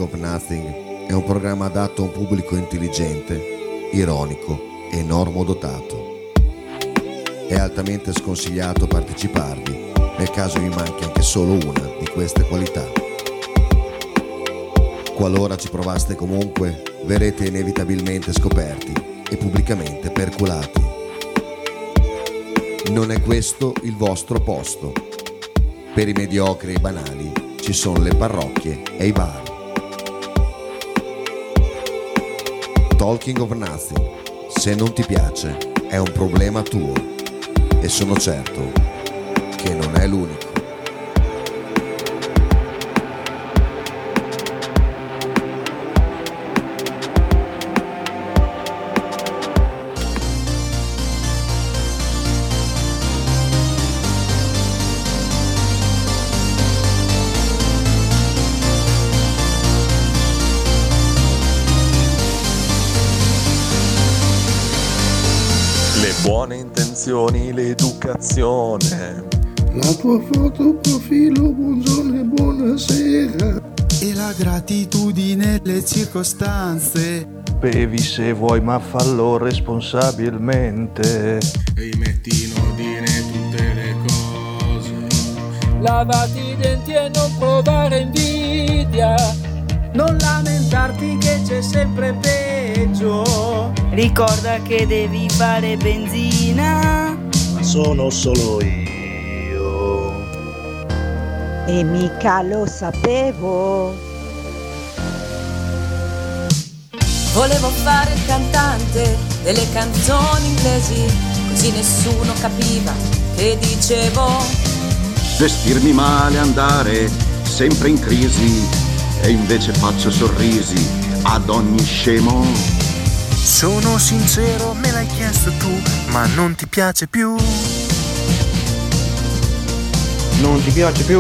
of Nothing è un programma adatto a un pubblico intelligente, ironico e normodotato. È altamente sconsigliato parteciparvi nel caso vi manchi anche solo una di queste qualità. Qualora ci provaste comunque, verrete inevitabilmente scoperti e pubblicamente perculati. Non è questo il vostro posto. Per i mediocri e i banali ci sono le parrocchie e i bar. Talking of Nothing, se non ti piace, è un problema tuo e sono certo che non è l'unico. Buone intenzioni, l'educazione. La tua foto profilo, buongiorno e buonasera. E la gratitudine, le circostanze. Bevi se vuoi ma fallo responsabilmente. E metti in ordine tutte le cose. Lavati i denti e non provare invidia. Non lamentarti che c'è sempre peggio. Ricorda che devi fare benzina. Ma sono solo io. E mica lo sapevo. Volevo fare il cantante delle canzoni inglesi, così nessuno capiva che dicevo. Vestirmi male, andare sempre in crisi, e invece faccio sorrisi ad ogni scemo. Sono sincero, me l'hai chiesto tu, ma non ti piace più. Non ti piace più?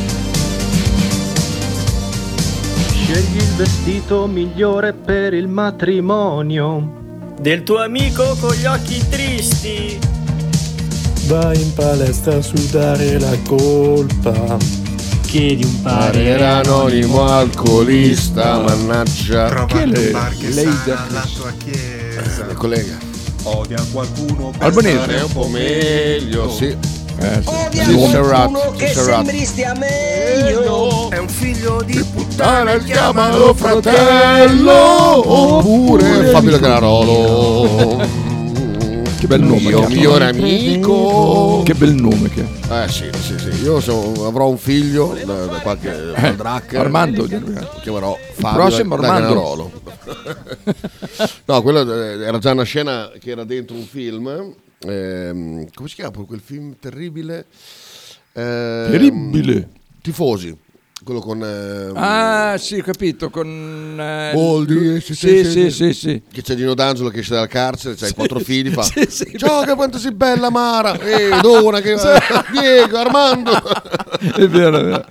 Scegli il vestito migliore per il matrimonio. Del tuo amico con gli occhi tristi. Vai in palestra a sudare la colpa. Chiedi un parere anonimo alcolista, mannaggia. Trovate un bar che sa la tua chiesa. Collega. Odia qualcuno per Albanese stare è un po' meglio, sì. Odia qualcuno che sembri stia meglio. È un figlio di puttana, chiamalo fratello. Oppure Fabio Granarolo. Che bel nome, mio migliore amico. Che bel nome che è. Sì. Io avrò un figlio da qualche drac. Armando. Lo chiamerò Fabio prossimo Armando. No, quello era già una scena che era dentro un film. Come si chiama quel film terribile? Terribile. Tifosi. Quello con sì, ho capito, con Boldi, sì. Che c'è Dino D'Angelo che esce dal carcere, c'hai 4 figli, fa sì. ciao, che quanto sei bella Mara, Dona, che Diego, Armando. È vero.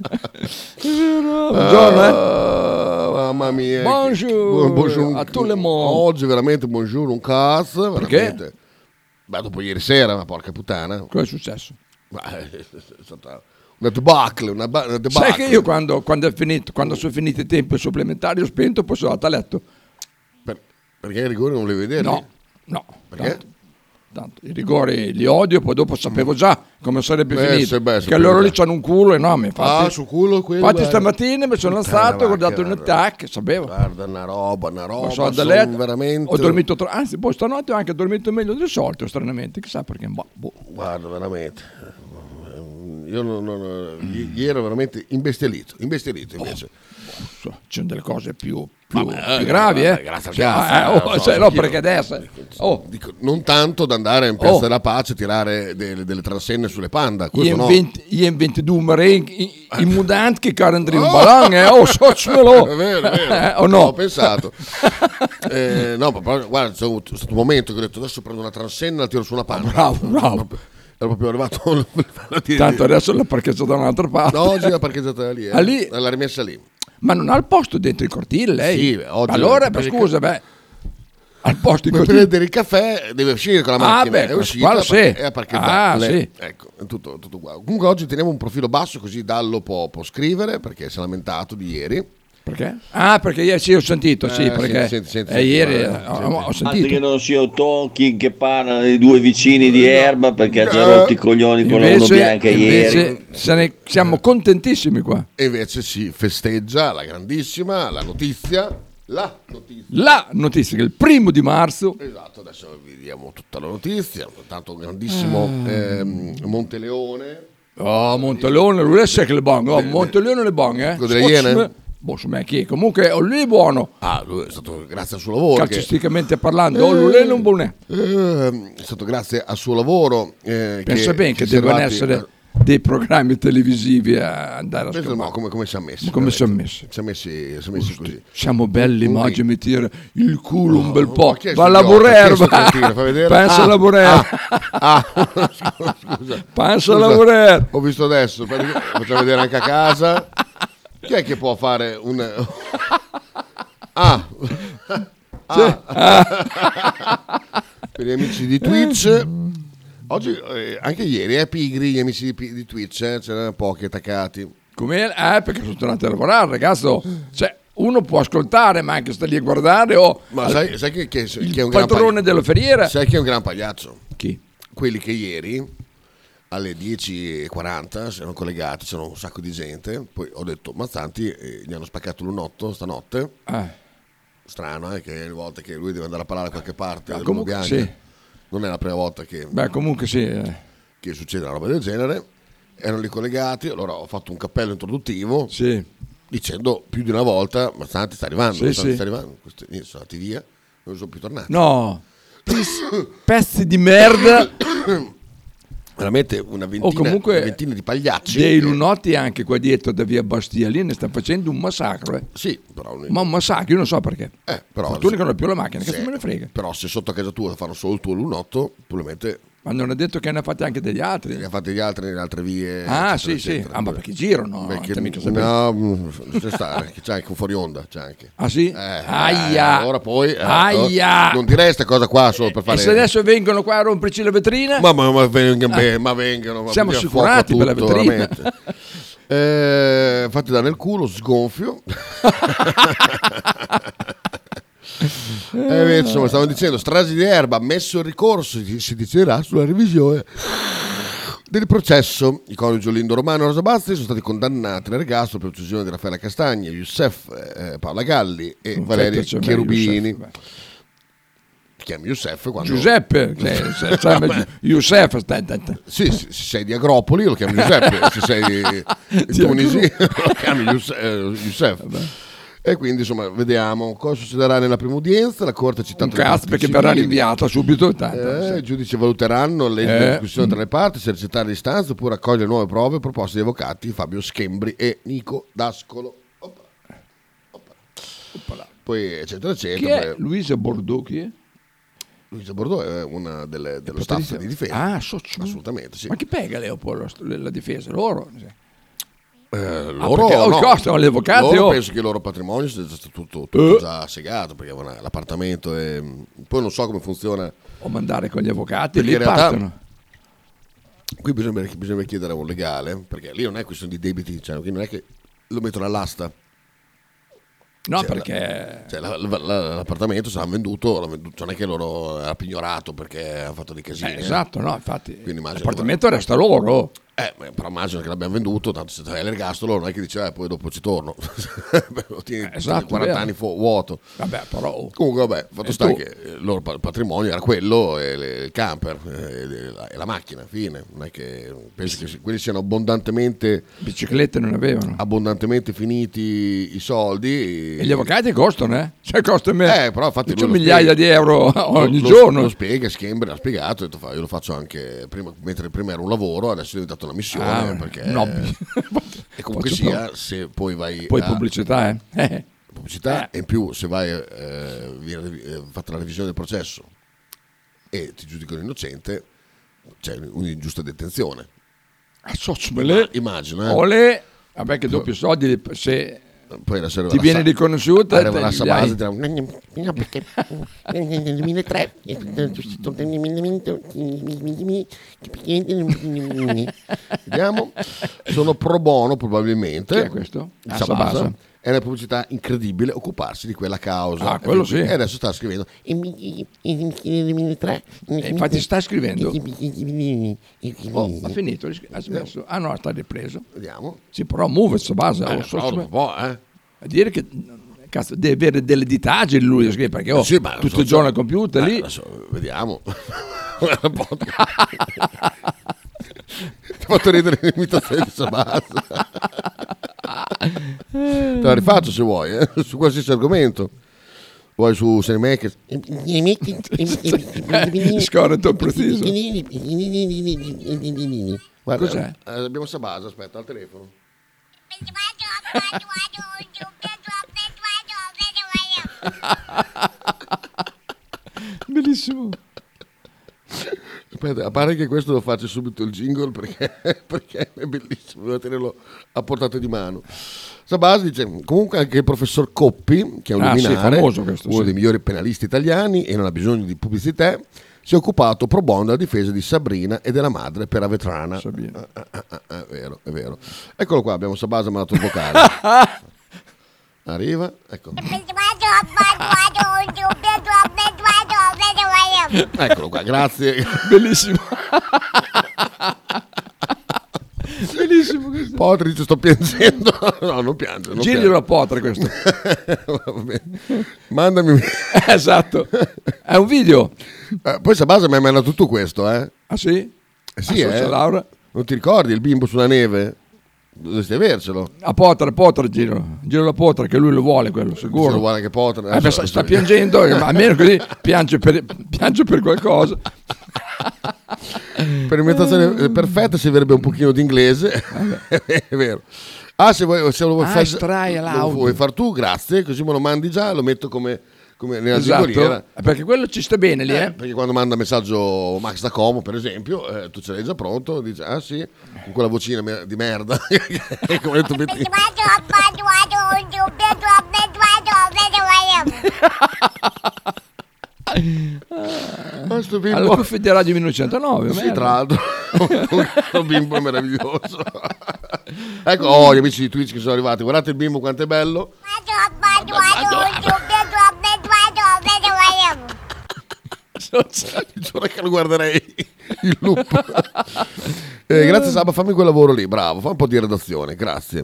Buongiorno, mamma mia. Bonjour a tout le monde. Oggi veramente buongiorno, un cazzo. Perché? Veramente. Beh, dopo ieri sera, ma porca puttana. Cosa è successo? È stata una debacle. Sai che io quando sono finiti i tempi supplementari ho spento, poi sono andato a letto. Perché i rigori non li vedere? No. Perché? Tanto i rigori li odio, poi dopo sapevo già come sarebbe finito. Che loro lì c'hanno un culo enorme. Infatti, sul culo quello. Infatti stamattina mi sono alzato, ho guardato un attack, sapevo. Guarda, una roba. Sono da letto, veramente. ho dormito anzi, poi stanotte ho anche dormito meglio del solito, stranamente, chissà perché. Guarda, veramente. Io ieri ero veramente imbestialito invece. Ci sono delle cose più gravi, grazie al cazzo. no, perché adesso dico, non tanto da andare in Piazza della Pace a tirare delle transenne sulle panda. Io in 22 marine in mudant che caren un ballon socciolo. È vero. O no? Ho pensato. No, ma guarda, c'è stato un momento che ho detto adesso prendo una transenne e la tiro su una panda. Bravo. Ero proprio arrivato. Tanto adesso l'ha parcheggiata da un'altra parte. No, oggi l'ha parcheggiata lì. Lì? L'ha rimessa lì. Ma non ha il posto dentro il cortile lei? Sì, oggi allora, scusa, al posto in per cortile. prendere il caffè deve uscire con la macchina. È uscita e ha parcheggiato. Sì. Ecco, è tutto qua. Comunque oggi teniamo un profilo basso così Dallo può scrivere perché si è lamentato di ieri. Perché? Ah, perché ieri sì ho sentito, sì, perché ieri ho sentito. Basta che non sia Tonkin che parla dei due vicini di Erba perché ci ha rotti i coglioni con la uno bianca ieri. Siamo contentissimi qua. E invece si festeggia la grandissima, la notizia che il 1 marzo. Esatto, adesso vi diamo tutta la notizia. Tanto un grandissimo Monteleone. Oh, Monteleone, lui è che le bon. Monteleone le bon, Quello delle Iene? Chi? Comunque lui è buono. Lui è stato grazie al suo lavoro. Calcisticamente parlando, lui è un buon. È stato grazie al suo lavoro. Pensa bene che devono essere dei programmi televisivi a andare a schermare. No, come si è messi? Come si è messi? Si è messi così. Siamo belli, immagini mi tira il culo un bel po'. Va a lavorare, pensa a lavorare. Scusa. Pensa a lavorare. Ho visto adesso, facciamo vedere anche a casa. Chi è che può fare un... Per gli amici di Twitch... Oggi, anche ieri, pigri gli amici di Twitch, c'erano pochi attaccati. Come? Perché sono tornati a lavorare, ragazzo. Cioè, uno può ascoltare, ma anche sta lì a guardare. Ma sai che è un padrone della feriera. Sai chi è un gran pagliaccio? Chi? Quelli che ieri, alle 10:40, si erano collegati, c'era un sacco di gente. Poi ho detto, Mazzanti, gli hanno spaccato l'unotto stanotte. Strano, che le volte che lui deve andare a parlare da qualche parte. Comunque sì. Non è la prima volta che succede una roba del genere. Erano lì collegati, allora ho fatto un cappello introduttivo dicendo più di una volta: Mazzanti sta arrivando, sta arrivando. Questi sono andati via, non sono più tornati. No, pezzi di merda. Veramente una ventina di pagliacci. Dei lunotti anche qua dietro da via Bastia, lì ne stanno facendo un massacro. Sì, però ma un massacro, io non so perché. Però fortuna che non ho più la macchina, che se me ne frega. Però se sotto a casa tua fanno solo il tuo lunotto, probabilmente... Ma non è detto che ne ha fatti anche degli altri. Ne ha fatti gli altri nelle altre vie. Eccetera, sì. Ma perché girano? C'è anche un fuori onda. C'è anche. Ah sì? Aia! Ora poi... Aia! Non direi questa cosa qua solo per fare... E se adesso vengono qua a romperci la vetrina? Ma vengono... Siamo assicurati per la vetrina. Fatti dare nel culo, sgonfio. Insomma, stavano dicendo stragi di Erba, messo in ricorso, si deciderà sulla revisione del processo. I coniugi Lindo Romano e Rosa Bazzi sono stati condannati all'ergastolo per l'uccisione di Raffaella Castagna, Youssef, Paola Galli e Valerio Cherubini. Ti chiami Youssef quando... Giuseppe Youssef. Sì, se sei di Agropoli lo chiami Giuseppe, se sei di Tunisi lo chiami Youssef. E quindi insomma vediamo cosa succederà nella prima udienza. La corte ha citato perché verrà rinviata subito. I giudici valuteranno la discussione tra le parti, se accettare l'istanza oppure accogliere nuove prove proposte dagli avvocati Fabio Schembri e Nico D'Ascolo. Poi eccetera eccetera. Chi è Luisa Bordeaux? Chi è? Luisa Bordeaux è una dello staff di difesa. Assolutamente sì. Ma chi pega Leopoldo la difesa? Loro? Loro costano gli avvocati. Loro penso che il loro patrimonio sia tutto già segato, perché l'appartamento è... Poi non so come funziona. O mandare con gli avvocati, lì partono. Qui bisogna chiedere a un legale, perché lì non è questione di debiti, cioè non è che lo mettono all'asta. No, perché l'appartamento sarà venduto, non è che loro ha pignorato perché ha fatto dei casini. Esatto, no, infatti l'appartamento resta loro. Però immagino che l'abbiamo venduto, tanto se c'è l'ergastolo non è che dice poi dopo ci torno. Lo tieni 40 anni vuoto. Vabbè, però comunque fatto sta che il loro patrimonio era quello e il camper e la macchina, fine. Non è che penso che quelli siano abbondantemente biciclette non avevano. Abbondantemente finiti i soldi e gli avvocati costano, Cioè costano però infatti c'è migliaia di euro ogni giorno. Lo spiega, Schembri ha spiegato, ha detto io lo faccio anche prima, mentre prima era un lavoro, adesso è diventato una missione perché e comunque sia se poi vai pubblicità pubblicità e in più se vai viene fatta la revisione del processo e ti giudicano innocente c'è un'ingiusta detenzione immagino vabbè che doppio soldi se poi ti viene riconosciuta arriva la base perché nel 2003 vediamo sono pro bono probabilmente. Chi è questo? Sabasa. è una pubblicità incredibile occuparsi di quella causa. Quello sì. E adesso sta scrivendo. Infatti sta scrivendo. Ha finito, ha smesso. Ah no, sta ripreso. Vediamo. Si però muove questa base. A dire che cazzo, deve avere delle ditagini lui, perché tutto il giorno al computer lì. Adesso, vediamo. Ti ho fatto ridere l'imitazione di Sabasa. Te la rifaccio se vuoi, su qualsiasi argomento. Vuoi su Cinemakers? Scorretto preciso. Guarda, cos'è? Abbiamo Sabasa, aspetta, al telefono. Bellissimo. Aspetta, a parte che questo lo faccio subito il jingle perché è bellissimo, devo tenerlo a portata di mano. Sabasi dice comunque anche il professor Coppi, che è un luminare, uno dei migliori penalisti italiani e non ha bisogno di pubblicità, si è occupato pro bono della difesa di Sabrina e della madre per Avetrana. È vero. Eccolo qua, abbiamo Sabasa mandato un vocale. Arriva, ecco. Eccolo qua, grazie. Bellissimo. Bellissimo questo. Potri dice sto piangendo. No, non piange. Giriglielo a Potri questo. Mandami. Esatto. È un video. Poi Sabasa mi ha mandato tutto questo, Ah sì? Sì, Laura. Non ti ricordi il bimbo sulla neve? Dovresti avercelo. A Potter giro la Potter che lui lo vuole quello sicuro. Se lo vuole anche Potter. Sta piangendo, almeno così piange per qualcosa. Per imitazione perfetta si verrebbe un pochino di inglese. È vero. Se lo vuoi far tu, grazie, così me lo mandi già, lo metto come nella zingoliera. Perché quello ci sta bene lì, Perché quando manda messaggio Max da Como, per esempio, tu ce l'hai già pronto, dici sì, con quella vocina di merda. Come tu metti... Alla cuffia di Radio 1909. Sì, tra l'altro. Un bimbo è meraviglioso. Ecco, gli amici di Twitch che sono arrivati, guardate il bimbo quanto è bello. Giuro che lo guarderei il loop. Grazie Saba, fammi quel lavoro lì, bravo, fa un po' di redazione, grazie.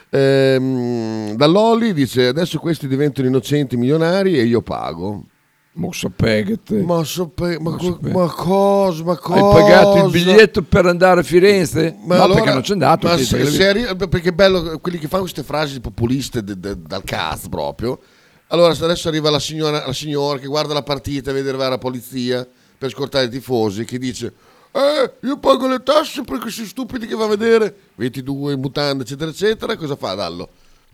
Dall'Oli dice adesso questi diventano innocenti milionari e io pago. Ma sapete. Ma cosa? Hai pagato il biglietto per andare a Firenze? Ma no, allora, perché non c'è andato. Perché è bello quelli che fanno queste frasi populiste dal cazzo proprio. Allora adesso arriva la signora che guarda la partita e vede arrivare la polizia per scortare i tifosi, che dice io pago le tasse per questi stupidi che va a vedere 22 in mutande eccetera eccetera. Cosa fa Dallo?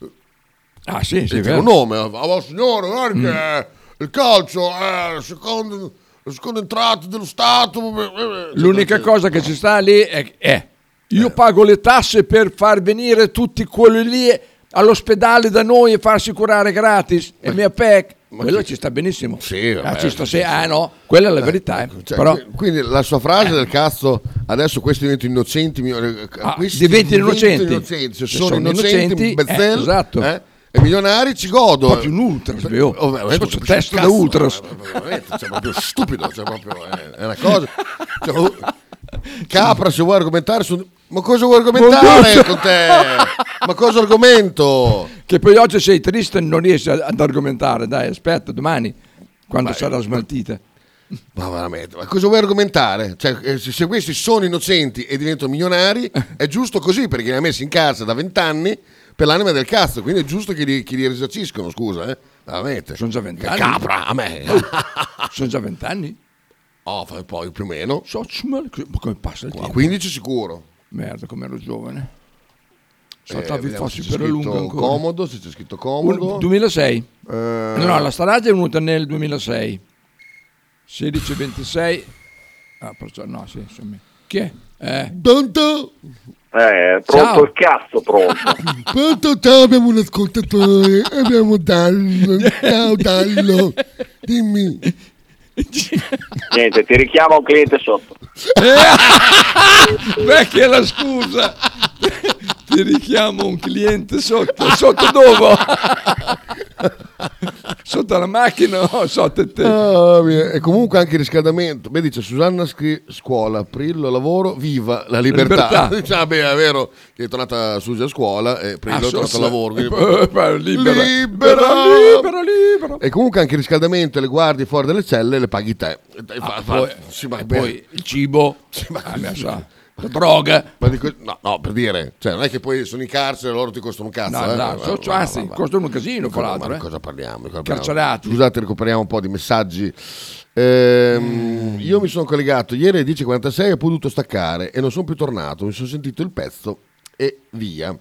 Sì, un nome. Signore, guarda che il calcio è la seconda entrata dello Stato. L'unica cosa che ci sta lì è io pago le tasse per far venire tutti quelli lì all'ospedale da noi e farsi curare gratis e mia PEC. Quello ci sta benissimo. Sì, no, quella è la verità. Però... Quindi la sua frase del cazzo adesso questi diventano innocenti, diventano innocenti. Sono innocenti, Bezzel, esatto. E milionari ci godo. Proprio un ultras, testa da ultras. Cioè, proprio stupido, cioè, proprio, è una cosa. Cioè, Capra, se vuoi argomentare su... Ma cosa vuoi argomentare con te? Ma cosa argomento? Che poi oggi sei triste e non riesci ad argomentare. Dai, aspetta, domani, quando sarà smaltita. Ma veramente, ma cosa vuoi argomentare? Cioè, se questi sono innocenti e diventano milionari, è giusto così, perché li ha messi in carcere da 20 anni per l'anima del cazzo, quindi è giusto che li risarciscono, scusa, veramente. Sono già 20 anni. Capra, a me. Sono già 20 anni? Poi più o meno. Ma come passa il tempo? 15 sicuro. Merda, come ero giovane. Saltavi fossi per la lunga ancora. Comodo, se c'è scritto comodo. 2006. No, la strage è venuta nel 2006. 16-26. Perciò no, sì, insomma. Chi è? Pronto? Pronto. Ciao. Il cazzo, pronto. Pronto, ciao, abbiamo un ascoltatore. Abbiamo Dallo. Ciao Dallo. Dimmi. Niente, ti richiama un cliente sotto. Beh, che è la scusa. Ti richiamo un cliente sotto dove? Sotto la macchina o sotto te? E comunque anche il riscaldamento. Beh, dice Susanna scuola, Prillo lavoro, viva la libertà. È vero che è tornata Susi a scuola e Prillo è tornato al lavoro. Libera. E comunque anche il riscaldamento e le guardie fuori dalle celle le paghi te. Poi il cibo, la droga. No, per dire, cioè non è che poi sono in carcere e loro ti costano un cazzo. Anzi, costano un casino, fra l'altro. Ma cosa parliamo? Carcerati. Scusate, recuperiamo un po' di messaggi. Io mi sono collegato ieri alle 10:46, ho potuto staccare e non sono più tornato. Mi sono sentito il pezzo e via.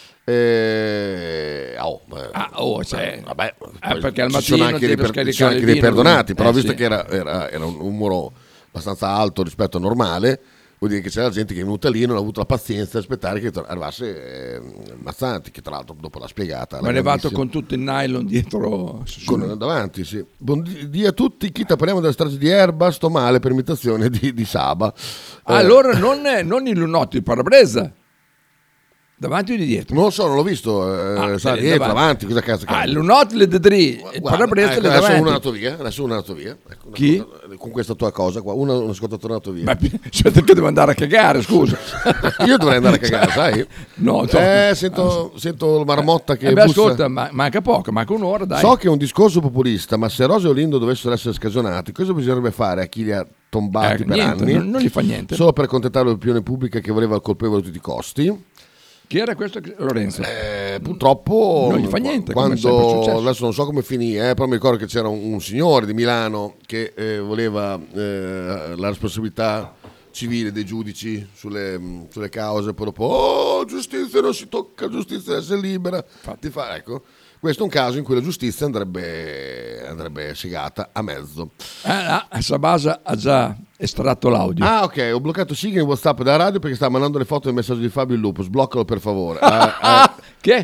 Perché al ci sono mattino anche dei perdonati, però visto che era un numero abbastanza alto rispetto a normale, vuol dire che c'era gente che è venuta lì e non ha avuto la pazienza di aspettare che arrivasse Mazzanti, che tra l'altro dopo l'ha spiegata. Ma è arrivato con tutto il nylon dietro davanti, sì. Buondì a tutti, chi parliamo della strage di Erba, sto male per imitazione di Saba. Allora non il lunotto, il parabrezza. Davanti o di dietro? Non lo so, non l'ho visto. Dietro, avanti, cosa cazzo? Il lunotto le dedri, il parabrezza le davanti. Adesso uno è andato via. Chi? Con questa tua cosa qua, uno ascoltatore è andato via. Ma che devo andare a cagare, scusa. Io dovrei andare a cagare, sai? No, sento il marmotta che bussa. Ascolta, manca poco, manca un'ora, dai. So che è un discorso populista, ma se Rose e Olindo dovessero essere scagionati, cosa bisognerebbe fare a chi li ha tombati per anni? Non gli fa niente. Solo per accontentare l'opinione pubblica che voleva il colpevole a tutti i costi. Chi era questo Lorenzo? Purtroppo non gli fa niente. Adesso non so come finì, però mi ricordo che c'era un signore di Milano che voleva la responsabilità civile dei giudici sulle cause, poi dopo giustizia non si tocca, giustizia deve essere libera. Ecco, questo è un caso in cui la giustizia andrebbe segata a mezzo. Sabasa ha già estratto l'audio. Ok, ho bloccato Sighi in WhatsApp della radio perché stava mandando le foto del messaggio di Fabio il Lupo. Sbloccalo per favore. Chi?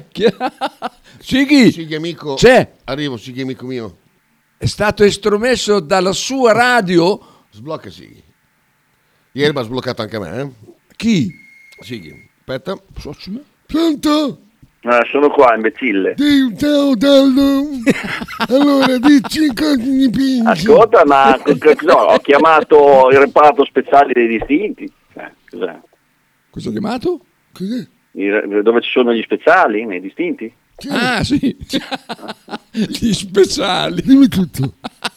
Sighi amico. C'è. Arrivo, Sighi amico mio. È stato estromesso dalla sua radio. Sblocca Sighi. Ieri mi ha sbloccato anche a me. Chi? Sighi. Aspetta. Pronto? Sono qua, imbecille. Ciao Dallo. Allora, dici cosa mi pingi. Ascolta, ma ho chiamato il reparto speciale dei distinti. Cos'è? Cosa ho chiamato? Cos'è? Dove ci sono gli speciali nei distinti? Sì. Gli speciali. Dimmi tutto.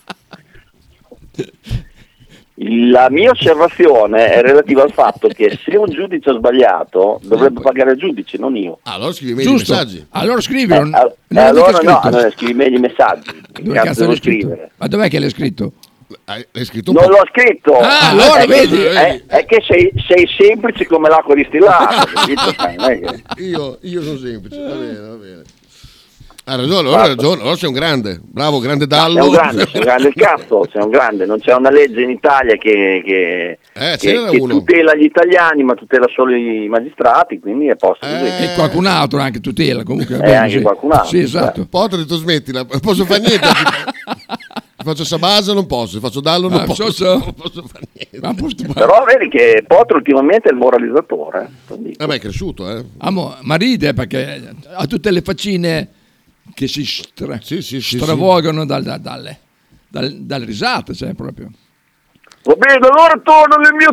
La mia osservazione è relativa al fatto che se un giudice ha sbagliato dovrebbe pagare il giudice, non io. Allora scrivi meglio i messaggi. Allora scrivi. Allora scrivi meglio i messaggi. Dove cazzo l'hai scritto? Ma dov'è che l'hai scritto? L'hai scritto non l'ho scritto. Allora vedi. È che sei semplice come l'acqua distillata. Io sono semplice, va bene. Ha ragione, allora sei un grande, bravo, grande Dallo. Sei un grande il cazzo, sei un grande, non c'è una legge in Italia che tutela gli italiani ma tutela solo i magistrati, quindi è posto e qualcun altro anche tutela, comunque. Anche qualcun altro. Sì, esatto. Poi ho detto smettila, non posso fare niente. Faccio Sabasa non posso, faccio Dallo non posso fare niente. Però vedi che Potro ultimamente è il moralizzatore. È cresciuto, ma ride perché ha tutte le faccine che si stravolgono dalle risate, cioè proprio. Va bene, allora torno nel mio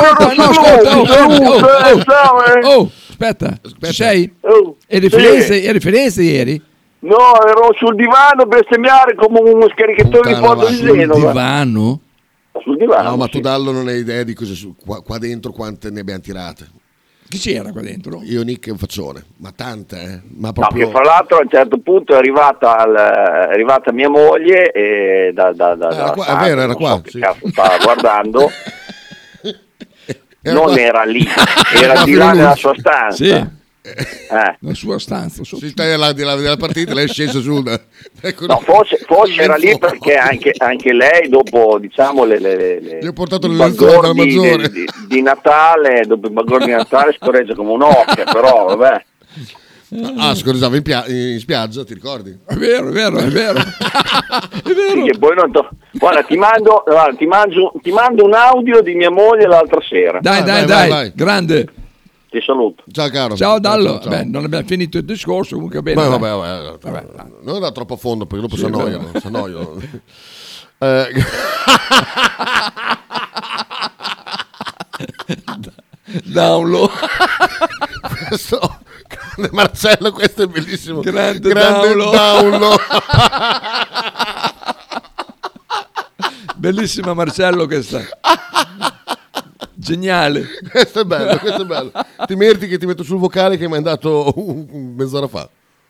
aspetta, ci sei? Eri Firenze ieri? No, ero sul divano a bestemmiare come uno scaricatore di foto di Genova. Sul divano? Sul divano. No, ma tu Dallo non hai idea di cosa qua dentro quante ne abbiamo tirate. Chi c'era qua dentro? Io, Nick e un faccione, ma tante, ma proprio... No, che fra l'altro a un certo punto è arrivata mia moglie e è vero, era qua. Che cazzo stava guardando. Non era lì, era di là nella sua stanza. Sì. La sua stanza. Si sta della partita, lei è scesa su. No, forse era lì perché anche lei dopo, diciamo, gli ho portato le lenzuola dal maggiore di Natale, dopo il bagordi di Natale scorreggia come un'occhia, però vabbè. Scorreggiava in spiaggia, ti ricordi? È vero. È vero. Sì, che poi guarda, ti mando un audio di mia moglie l'altra sera. Dai, grande. Ti saluto. Ciao caro. Ciao Dallo. Ciao. Beh, non abbiamo finito il discorso, comunque bene. Vabbè. Non andare troppo a fondo perché dopo si annoiano. Download. Questo grande Marcello, questo è bellissimo. Grande download. Bellissima Marcello questa. Geniale. Questo è bello. Ti meriti che ti metto sul vocale che mi hai mandato mezz'ora fa.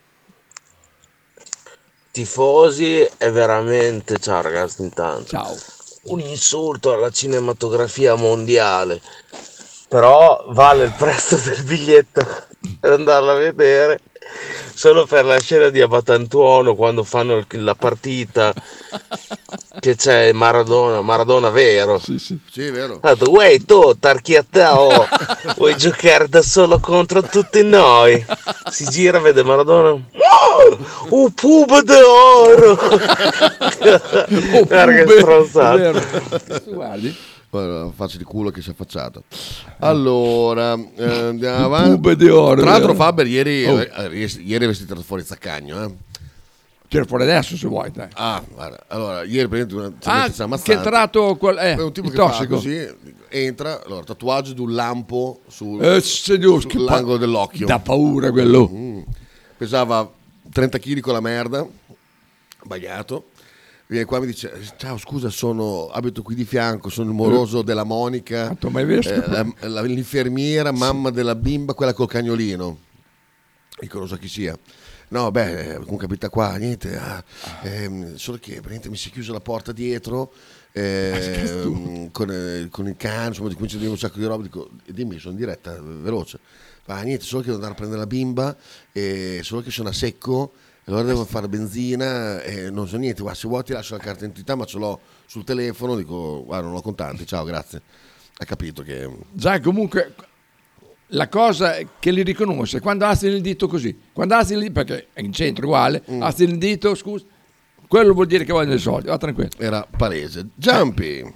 Tifosi è veramente, ciao ragazzi, intanto ciao, un insulto alla cinematografia mondiale, però vale il prezzo del biglietto per andarla a vedere solo per la scena di Abatantuono quando fanno la partita che c'è Maradona vero. Sì, è vero. Uè, tu tarchiatao, vuoi giocare da solo contro tutti noi? Si gira, vede Maradona, un pubo d'oro. Guarda che stronzato. Guardi. Faccia di culo che si è affacciato. Allora, andiamo avanti. Pube di oro. Tra l'altro Faber ieri è vestito fuori Zaccagno, Tira fuori adesso se vuoi. Dai. Guarda, allora ieri praticamente che è entrato è un tipo il che tossico. fa così, entra, allora tatuaggio di un lampo sull'angolo dell'occhio. Da paura quello. Pesava 30 kg con la merda, bagnato. Viene qua e mi dice: ciao, scusa, abito qui di fianco, sono il moroso della Monica, l'infermiera, mamma della bimba, quella col cagnolino. Dico, non so chi sia. No, comunque abita qua, niente, solo che praticamente mi si è chiusa la porta dietro con il cane, insomma, ti comincia a dire un sacco di roba. Dico, dimmi, sono in diretta, veloce. Niente, solo che devo andare a prendere la bimba, solo che sono a secco. Allora devo fare benzina e non so niente, se vuoi ti lascio la carta d'identità, ma ce l'ho sul telefono. Dico, guarda, non ho contanti, ciao, grazie. Ha capito che... Già, comunque, la cosa che li riconosce, quando alzi il dito così, perché è in centro uguale, alzi il dito, scusa, quello vuol dire che vogliono i soldi, va tranquillo. Era palese. Giampi.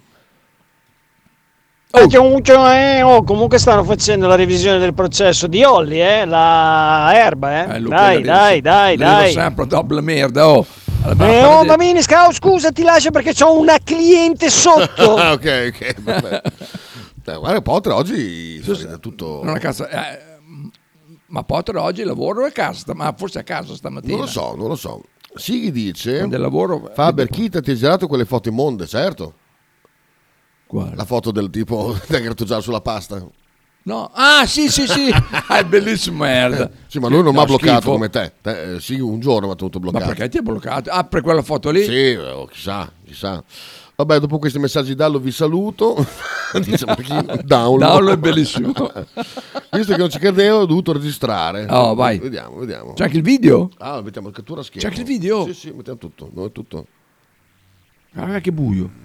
Comunque stanno facendo la revisione del processo di Olli, la Erba, dai. Sempre doppia merda, Mamini, scusa, ti lascio perché c'ho una cliente sotto. ok, vabbè. Guarda, Potter oggi fa tutto. Non a casa, ma Potter oggi lavoro a casa, ma forse a casa stamattina. Non lo so. Sighi dice: del lavoro, Faber, Kita ti ha girato quelle foto immonde, certo. Quale? La foto del tipo da grattugiare sulla pasta. No, sì, è bellissimo, merda. Sì, ma lui non mi ha bloccato come te. Sì, un giorno mi ha tenuto bloccato. Ma perché ti ha bloccato? Per quella foto lì? Sì, chissà. Vabbè, dopo questi messaggi Dallo vi saluto. Diciamo Download è bellissimo. Visto che non ci credevo, ho dovuto registrare. Vai. Vediamo. C'è anche il video? Mettiamo cattura schermo. C'è anche il video? Sì, mettiamo tutto. No, è tutto. Ah, che buio.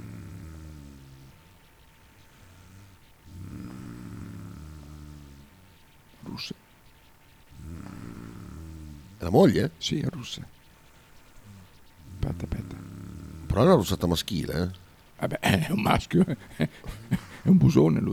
Russa. È la moglie? Sì, è russa. Aspetta. Però è una russata maschile, Vabbè, è un maschio, è un busone lui.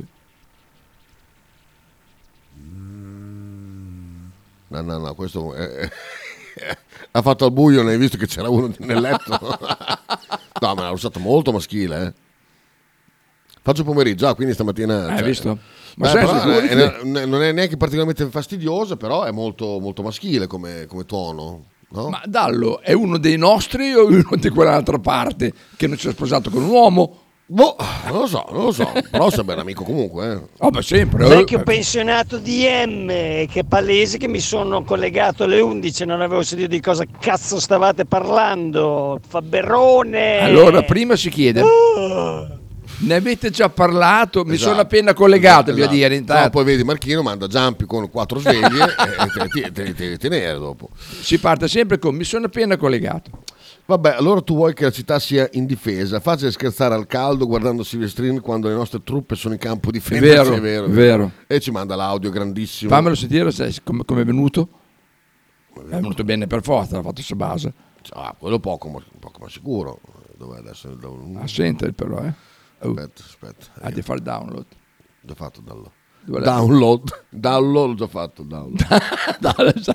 No, questo ha fatto al buio, non hai visto che c'era uno nel letto? No, ma l'ha russata molto maschile, Faccio pomeriggio, quindi stamattina... Hai visto? Ma non è neanche particolarmente fastidiosa, però è molto, molto maschile come tono. No? Ma Dallo è uno dei nostri o uno di quell'altra parte che non si è sposato con un uomo? Non lo so, però sei ben amico comunque. Sempre. Vecchio pensionato di M, che è palese che mi sono collegato alle 11, non avevo sentito di cosa cazzo stavate parlando. Faberone. Allora, prima si chiede... Ne avete già parlato? Mi sono appena collegato, devo dire. Intanto. No, poi vedi Marchino manda Giampi con 4 sveglie e te devi tenere dopo. Si parte sempre con mi sono appena collegato. Vabbè, allora tu vuoi che la città sia indifesa, facile scherzare al caldo guardando Silvestrini quando le nostre truppe sono in campo di difesa. È vero. E ci manda l'audio grandissimo. Fammelo sentire come è venuto. È venuto bene per forza, l'ha fatto su base. Quello poco ma sicuro. Dov'è adesso? Sente però, Aspetta. Ha di fare il download. Già fatto Dallo. Download l'ho già fatto. Download.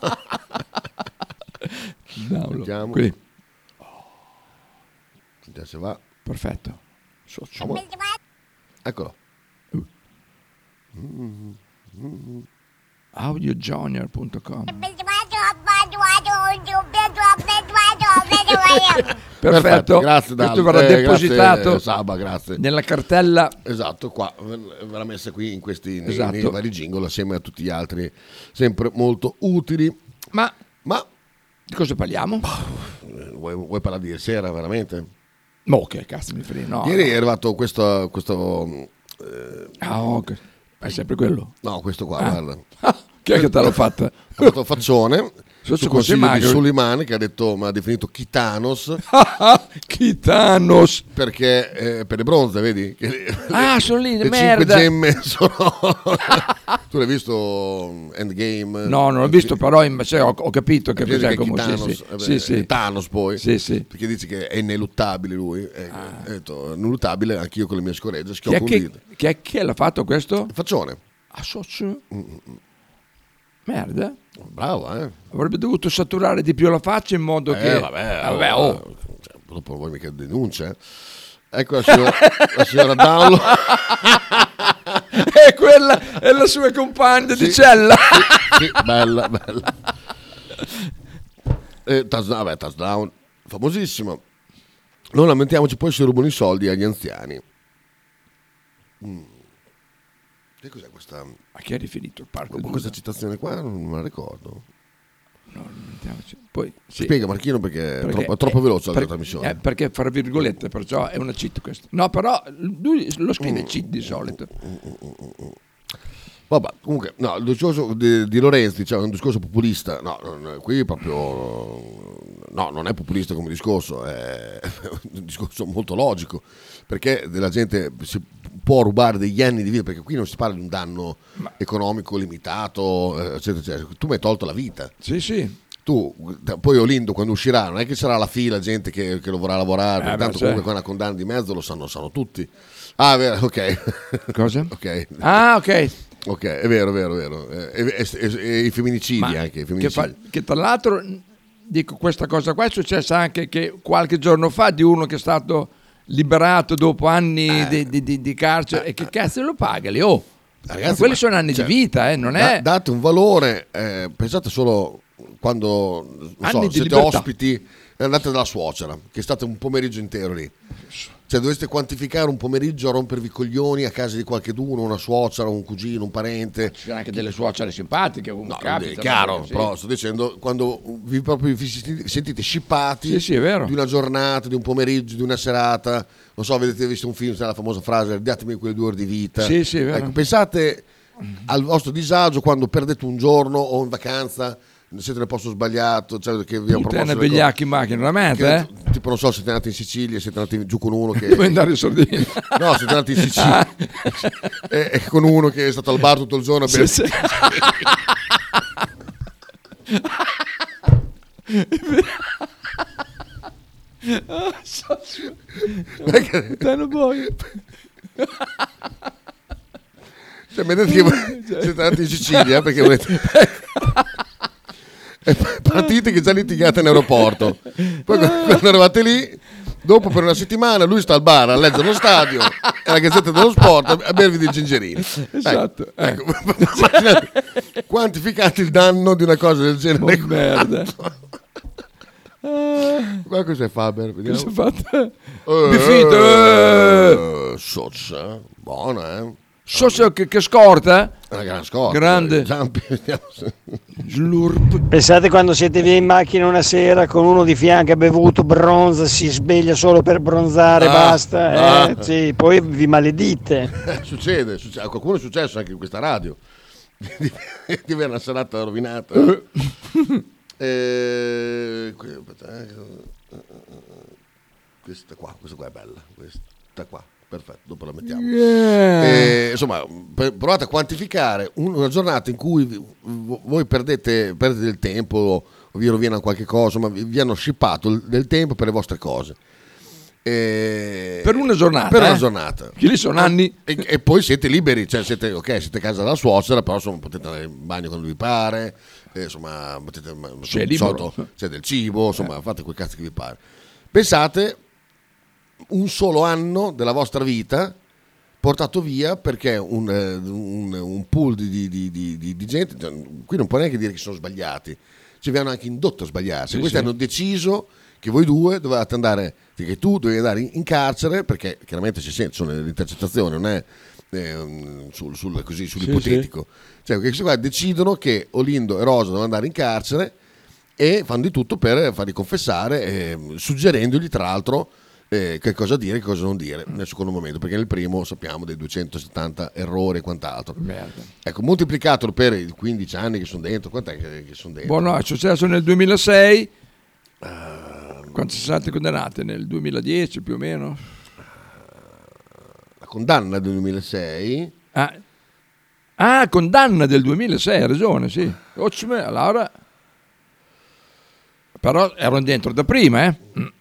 Download. Qui. Sentiamo se va. Perfetto. Eccolo. Audiojonier.com. Perfetto, grazie. Questo verrà depositato grazie, Saba, grazie. nella cartella. Esatto, qua verrà messa qui in questi nei Esatto. vari jingle assieme a tutti gli altri, sempre molto utili. Ma di cosa parliamo? Vuoi parlare di ieri sera veramente? No, che cazzo mi frega. No, ieri è arrivato questo ok. È sempre quello. No, questo qua, guarda. Chi è che te l'ha fatta? Ha fatto faccione su consiglio di magro. Suleiman, che mi ha definito Chitanos. Chitanos. Perché per le bronze, vedi? Sono lì, le merda. 5 gemme sono... Tu l'hai visto Endgame? No, non l'ho visto, però ho capito che cos'è come Chitanos, sì. Thanos poi. Sì. Perché dici che è ineluttabile lui. Ho detto, ineluttabile anch'io con le mie scoregge. Chi l'ha fatto questo? Il faccione. Socio? Merda. Bravo, Avrebbe dovuto saturare di più la faccia in modo che... Cioè, dopo vuoi mica denuncia. Ecco la signora Download. E quella è la sua compagna di cella. Sì, bella. Touchdown, famosissimo. Non lamentiamoci poi se rubano i soldi agli anziani. Che cos'è questa? A chi è riferito il parco? Questa citazione qua non me la ricordo. No, lamentiamoci. Poi, sì. Spiega Marchino perché è troppo veloce la trasmissione. Perché fra virgolette, perciò è una cheat questo. No, però lui lo scrive cheat di solito. Vabbè, comunque, no, il discorso di Lorenzi, cioè un discorso populista, qui proprio, non è populista come discorso, è un discorso molto logico, perché della gente si può rubare degli anni di vita, perché qui non si parla di un danno economico limitato, eccetera. Tu mi hai tolto la vita. Sì. Tu, poi Olindo quando uscirà, non è che sarà la fila, gente che lo vorrà lavorare, tanto comunque con una condanna di mezzo lo sanno tutti. Ah, vero, ok. Cosa? Ok. Ah, ok. Ok, è vero. E i femminicidi anche. Che tra l'altro, dico, questa cosa qua è successa anche che qualche giorno fa di uno che è stato liberato dopo anni di carcere. E che cazzo lo paga lì? Ragazzi, quelli sono anni di vita, non è... Date un valore, pensate solo quando siete libertà. Ospiti e andate dalla suocera, che state un pomeriggio intero lì. Cioè dovreste quantificare un pomeriggio a rompervi i coglioni a casa di qualcheduno, una suocera, un cugino, un parente. Ci sono anche delle suocere simpatiche, capita, è chiaro, sì. Però sto dicendo, quando vi proprio vi sentite scippati sì, è vero. di una giornata, di un pomeriggio, di una serata, non so, avete visto un film, c'è la famosa frase, datemi quelle 2 ore di vita. Sì, è vero. Ecco, pensate al vostro disagio quando perdete un giorno o in vacanza, siete nel posto sbagliato, cioè che vi hanno proposto Begliacchi in macchina, la mente, tipo non so, siete andati in Sicilia, siete andati giù con uno che vuoi andare in Sardegna? No, siete andati in Sicilia e con uno che è stato al bar tutto il giorno sì. Cioè, mi detto che siete andati in Sicilia perché volete e partite che già litigate in aeroporto, poi quando arrivate lì dopo per una settimana lui sta al bar a leggere lo stadio e la Gazzetta dello Sport a bervi dei gingerini. Esatto. Ecco. Quantificate il danno di una cosa del genere. Merda. Qua cos'è Faber? Vediamo. Cosa ha fatto? Biffito. Socia, buona, Socia che scorta? Una gran scorta. Grande. Slurp. Pensate quando siete via in macchina una sera con uno di fianco, ha bevuto, bronza, si sveglia solo per bronzare, basta. Sì, poi vi maledite. Succede, a qualcuno è successo anche in questa radio. Di avere una serata rovinata. Questa qua è bella. Questa qua. Perfetto, dopo la mettiamo. Insomma, provate a quantificare una giornata in cui voi perdete del tempo o vi rovina qualche cosa, ma vi hanno scippato del tempo per le vostre cose. Per una giornata. Per una giornata. Che lì sono anni. E poi siete liberi, cioè siete a casa della suocera, però insomma, potete andare in bagno quando vi pare, insomma, potete, c'è del cibo, insomma, fate quel cazzo che vi pare. Pensate, un solo anno della vostra vita portato via perché un pool di gente, cioè, qui non può neanche dire che sono sbagliati, ci vi hanno anche indotto a sbagliarsi. Questi hanno deciso che voi due dovevate andare, che tu dovevi andare in carcere, perché chiaramente si sente, sono nell'intercettazione, non è sull'ipotetico. Cioè, questi qua decidono che Olindo e Rosa devono andare in carcere e fanno di tutto per farli confessare, suggerendogli tra l'altro che cosa dire e che cosa non dire nel secondo momento, perché nel primo sappiamo dei 270 errori e quant'altro. Merda. Ecco, moltiplicatelo per i 15 anni che sono dentro, quant'è che sono dentro? Buono, è successo nel 2006. Quanti sono stati condannati? Nel 2010 più o meno? La condanna del 2006. Condanna del 2006, hai ragione, sì. Allora, però erano dentro da prima,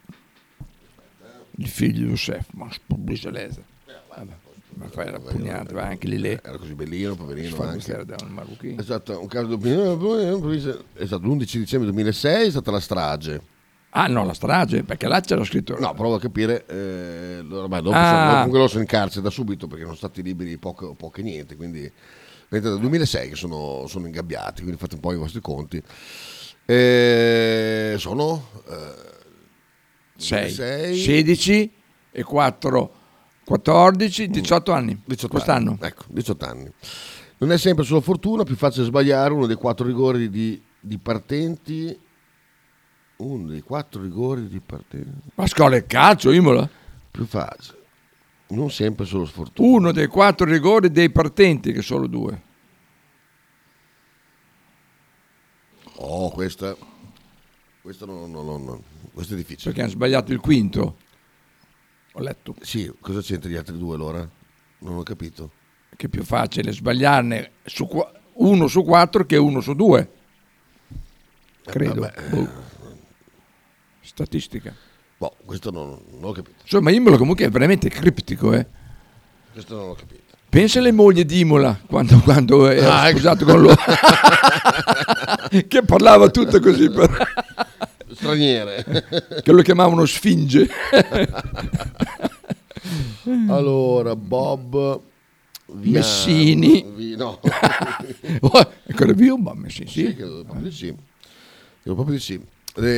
il figlio di Youssef, ma spubblica lesa. Ma fai la pugnata, va anche lì. Era così bellino, poverino. Anche. È stato un caso d'opinione. È stato l'11 dicembre 2006, è stata la strage. No, la strage, perché là c'era scritto. No, provo a capire. Dopo loro sono in carcere da subito perché sono stati liberi poco e niente. Quindi è dal 2006 che sono ingabbiati. Quindi fate un po' i vostri conti. Sono 6, 16 e 4, 14, 18 anni. 18 quest'anno. Anni. Ecco, 18 anni. Non è sempre solo fortuna, più facile sbagliare uno dei 4 rigori di partenti. Uno dei 4 rigori di partenti. Ma scuola il calcio, Imola? Più facile. Non sempre solo sfortuna. Uno dei 4 rigori dei partenti, che sono 2. Oh, questa no. Questo è difficile. Perché hanno sbagliato il quinto. Ho letto. Sì, cosa c'entra gli altri 2 allora? Non ho capito. Che è più facile sbagliarne 1 su 4 che 1 su 2. Credo. Statistica. Questo non ho capito. Insomma, Imola comunque è veramente criptico, Questo non ho capito. Pensa alle mogli di Imola quando era sposato con loro. Che parlava tutto così straniere. Che lo chiamavano Sfinge. Allora, Bob Messini. No. Ancora vivo, ma Messini sì. Credo proprio di sì.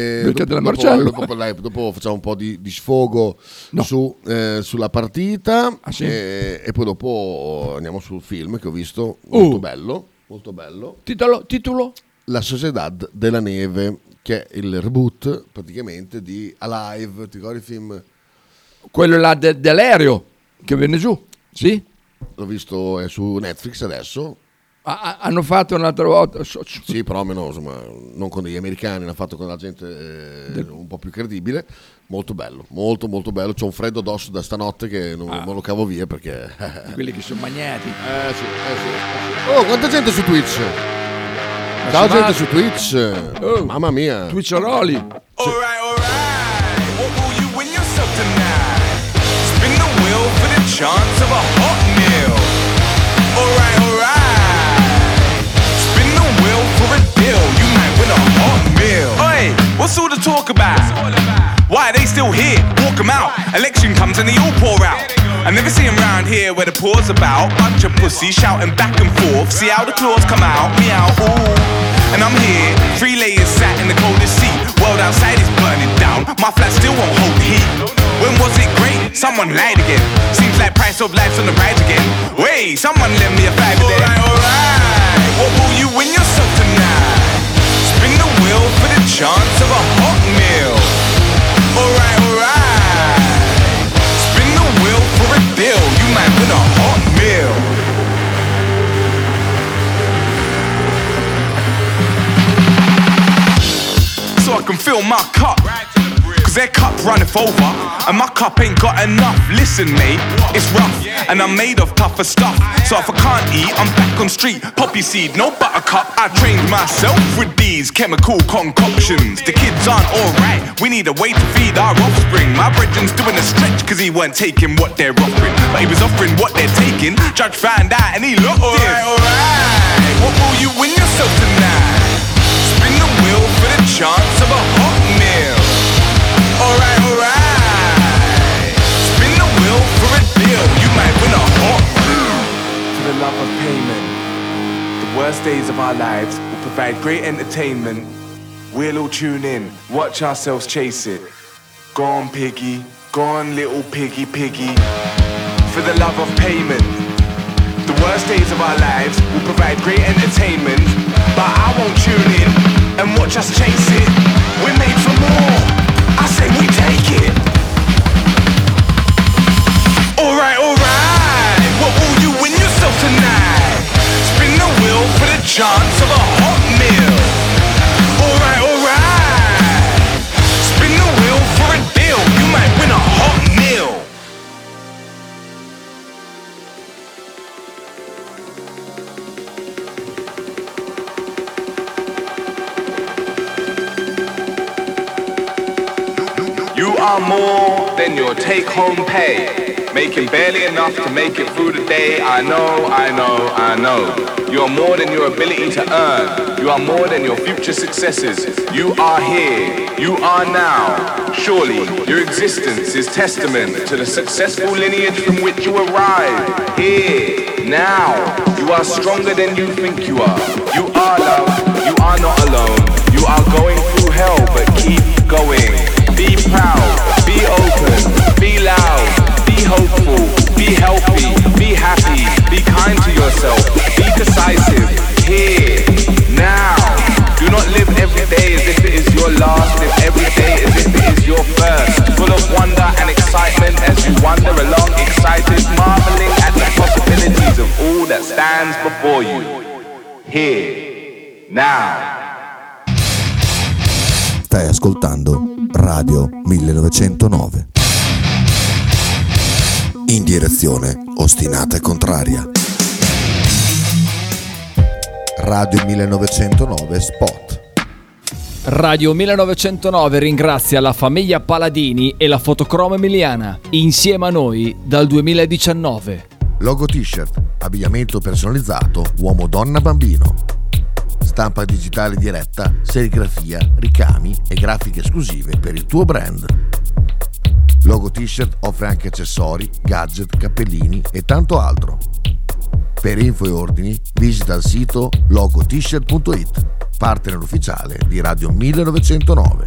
Dopo facciamo un po' di sfogo sulla partita e poi dopo andiamo sul film che ho visto, molto bello. Titolo? La Sociedad della Neve, che è il reboot praticamente di Alive. Ti ricordi il film? Quello là dell'aereo che venne giù, sì? L'ho visto, è su Netflix adesso. Hanno fatto un'altra volta. Sì, però almeno non con degli americani, l'hanno fatto con la gente un po' più credibile. Molto bello, molto molto bello. C'ho un freddo addosso da stanotte che non me lo cavo via perché quelli che sono magnati. Sì. Oh, quanta gente su Twitch! Ciao gente su Twitch! Mamma mia! Twitcheroli! Alright. What will you win yourself tonight? Spin the wheel for the chance of a hot meal. Alright. Spin the wheel for a deal. You might win a hot meal. Oi, what's all the talk about? Why are they still here? Walk them out. Election comes and they all pour out. I never see them round here where the poor's about. Bunch of pussies shouting back and forth. See how the claws come out, meow, ooh. And I'm here, 3 layers sat in the coldest seat. World outside is burning down. My flat still won't hold the heat. When was it great? Someone lied again. Seems like price of life's on the rise again. Wait, someone lend me a $5 there. Alright. What will you win yourself tonight? Spin the wheel for the chance of a hot meal. Alright. Spin the wheel for a deal. You might win a hot meal. So I can fill my cup. cause their cup runneth over, and my cup ain't got enough. Listen, mate, it's rough, and I'm made of tougher stuff. So if I can't eat, I'm back on street. Poppy seed, no buttercup. I trained myself with these chemical concoctions. The kids aren't alright, we need a way to feed our offspring. My brethren's doing a stretch cause he weren't taking what they're offering, but he was offering what they're taking. Judge found out and he looked alright, alright. What will you win yourself tonight? Spin the wheel for the chance of a hot meal. Alright, alright. Spin the wheel for a deal, you might win a hot meal. For the love of payment, the worst days of our lives will provide great entertainment. We'll all tune in, watch ourselves chase it. Go on, piggy, go on, little piggy, piggy. For the love of payment, the worst days of our lives will provide great entertainment, but I won't tune in and watch us chase it. We're made for more, I say we take it. Alright, alright, what will you win yourself tonight? Spin the wheel for the chance of a hot meal. Alright, alright, spin the wheel for a deal, you might win a hot meal. You are more than your take-home pay, making barely enough to make it through the day. I know, I know, I know. You are more than your ability to earn. You are more than your future successes. You are here. You are now. Surely, your existence is testament to the successful lineage from which you arrived. Here, now. You are stronger than you think you are. You are love. You are not alone. You are going through hell, but keep going. Be proud. Be open. Be loud. Be hopeful. Be healthy. Be happy. Be kind to yourself. Be decisive. Here. Now. Do not live every day as if it is your last. Live every day as if it is your first. Full of wonder and excitement as you wander along, excited, marveling at the possibilities of all that stands before you. Here. Now. Stai ascoltando Radio 1909. In direzione ostinata e contraria. Radio 1909 Spot. Radio 1909 ringrazia la famiglia Paladini e la Fotocromo Emiliana, insieme a noi dal 2019. Logo t-shirt, abbigliamento personalizzato, uomo, donna, bambino. Stampa digitale diretta, serigrafia, ricami e grafiche esclusive per il tuo brand. Logo t-shirt offre anche accessori, gadget, cappellini e tanto altro. Per info e ordini visita il sito logotshirt.it, partner ufficiale di Radio 1909.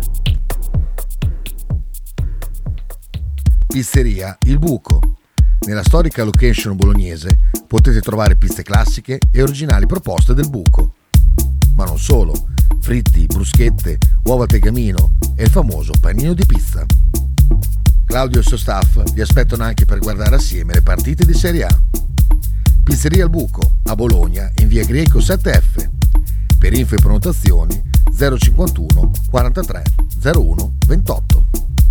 Pizzeria Il Buco. Nella storica location bolognese potete trovare pizze classiche e originali proposte del Buco. Ma non solo, fritti, bruschette, uova al tegamino e il famoso panino di pizza. Claudio e il suo staff vi aspettano anche per guardare assieme le partite di Serie A. Pizzeria Il Buco, a Bologna, in via Greco 7F. Per info e prenotazioni 051 43 01 28.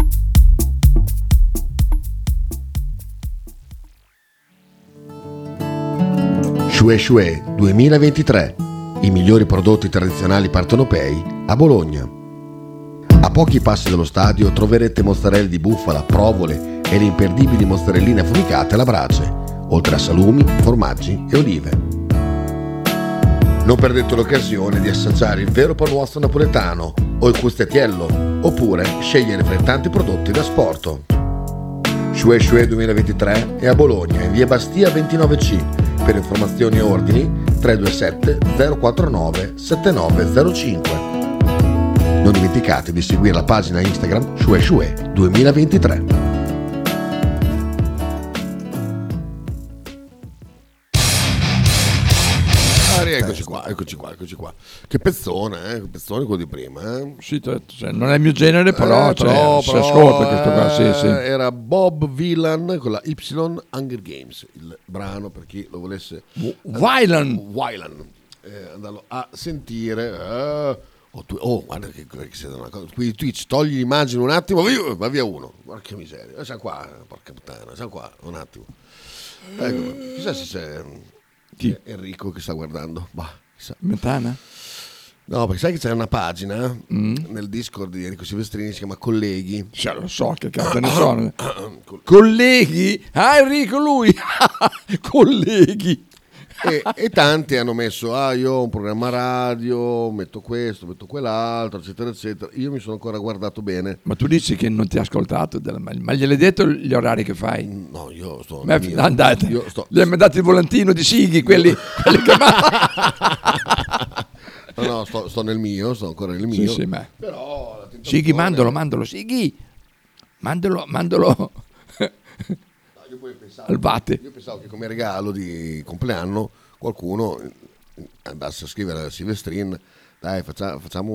Shue Shue 2023. I migliori prodotti tradizionali partenopei a Bologna. A pochi passi dallo stadio troverete mozzarella di bufala, provole e le imperdibili mozzarelline affumicate alla brace, oltre a salumi, formaggi e olive. Non perdete l'occasione di assaggiare il vero panuozzo napoletano o il custettiello, oppure scegliere fra i tanti prodotti da sport. Shue Shue 2023 è a Bologna, in via Bastia 29C. Per informazioni e ordini 327 049 7905. Non dimenticate di seguire la pagina Instagram Shue Shue 2023. Eccoci qua. Che pezzone quello di prima. Sì, cioè, non è il mio genere, però si ascolta questo qua, sì. Era Bob Vylan con la Y Hunger Games, il brano per chi lo volesse. Vylan. Andarlo a sentire. Guarda che siete una cosa. Qui Twitch, togli l'immagine un attimo, va via uno. Porca miseria. Siamo qua, porca puttana, siamo qua, un attimo. Ecco, chissà se c'è Enrico che sta guardando. Chissà. Mentana? No, perché sai che c'è una pagina nel Discord di Enrico Silvestrini, si chiama Colleghi. Lo so, che cazzo ne so. Colleghi? Ah, Enrico, lui! Colleghi! E tanti hanno messo, io ho un programma radio, metto questo, metto quell'altro, eccetera, eccetera. Io mi sono ancora guardato bene. Ma tu dici che non ti ha ascoltato? Ma gliel'hai detto gli orari che fai? No, io sto... Andate. Gli hai mandato il volantino di Sighi, quelli che No, sto nel mio, sto ancora nel mio. Sì, ma... Però Sighi, mandalo, Sighi. Mandalo. Al Vate. Io pensavo che come regalo di compleanno qualcuno andasse a scrivere a Silvestrin, dai, facciamo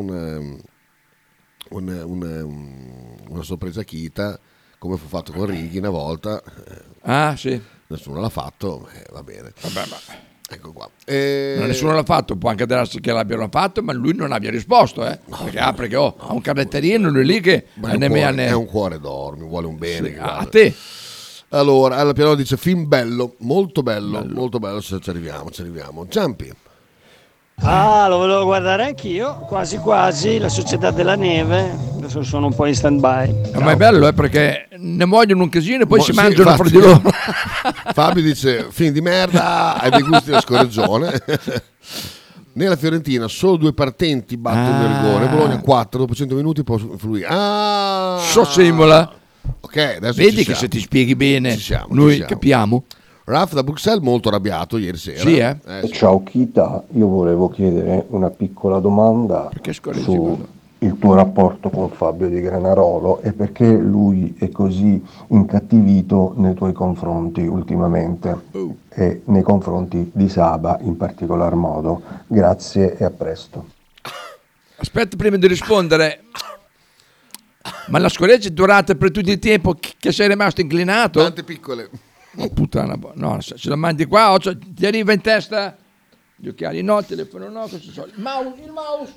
una sorpresa chita, come fu fatto con Righi una volta. Sì. Nessuno l'ha fatto, va bene. Vabbè, ma... Ecco qua. Nessuno l'ha fatto, può anche darsi che l'abbiano fatto, ma lui non abbia risposto, ha un carletterino, lui lì che è un cuore d'oro, mi vuole un bene. Sì, a te. Allora, alla pianola dice film bello, molto bello, se ci arriviamo. Giampi. Lo volevo guardare anch'io, quasi quasi, La Società della Neve, adesso sono un po' in stand-by. Ma è bello, perché ne muoiono un casino e poi si mangiano fra di loro. Fabio dice, film di merda, hai dei gusti da scorreggione. Nella Fiorentina solo 2 partenti battono il rigore, Bologna 4, dopo 100 minuti può fluire. Imola. Ok, adesso vedi che se ti spieghi bene noi capiamo. Raf da Bruxelles molto arrabbiato ieri sera. Sì, sì. Ciao Kita, io volevo chiedere una piccola domanda su il tuo rapporto con Fabio Di Granarolo e perché lui è così incattivito nei tuoi confronti ultimamente e nei confronti di Saba in particolar modo. Grazie e a presto. Aspetta prima di rispondere. Ma la scoreggia è durata per tutto il tempo che sei rimasto inclinato? Tante piccole. Oh, puttana, no, se la mandi qua, ti arriva in testa gli occhiali, no, il telefono no, cosa so, il mouse.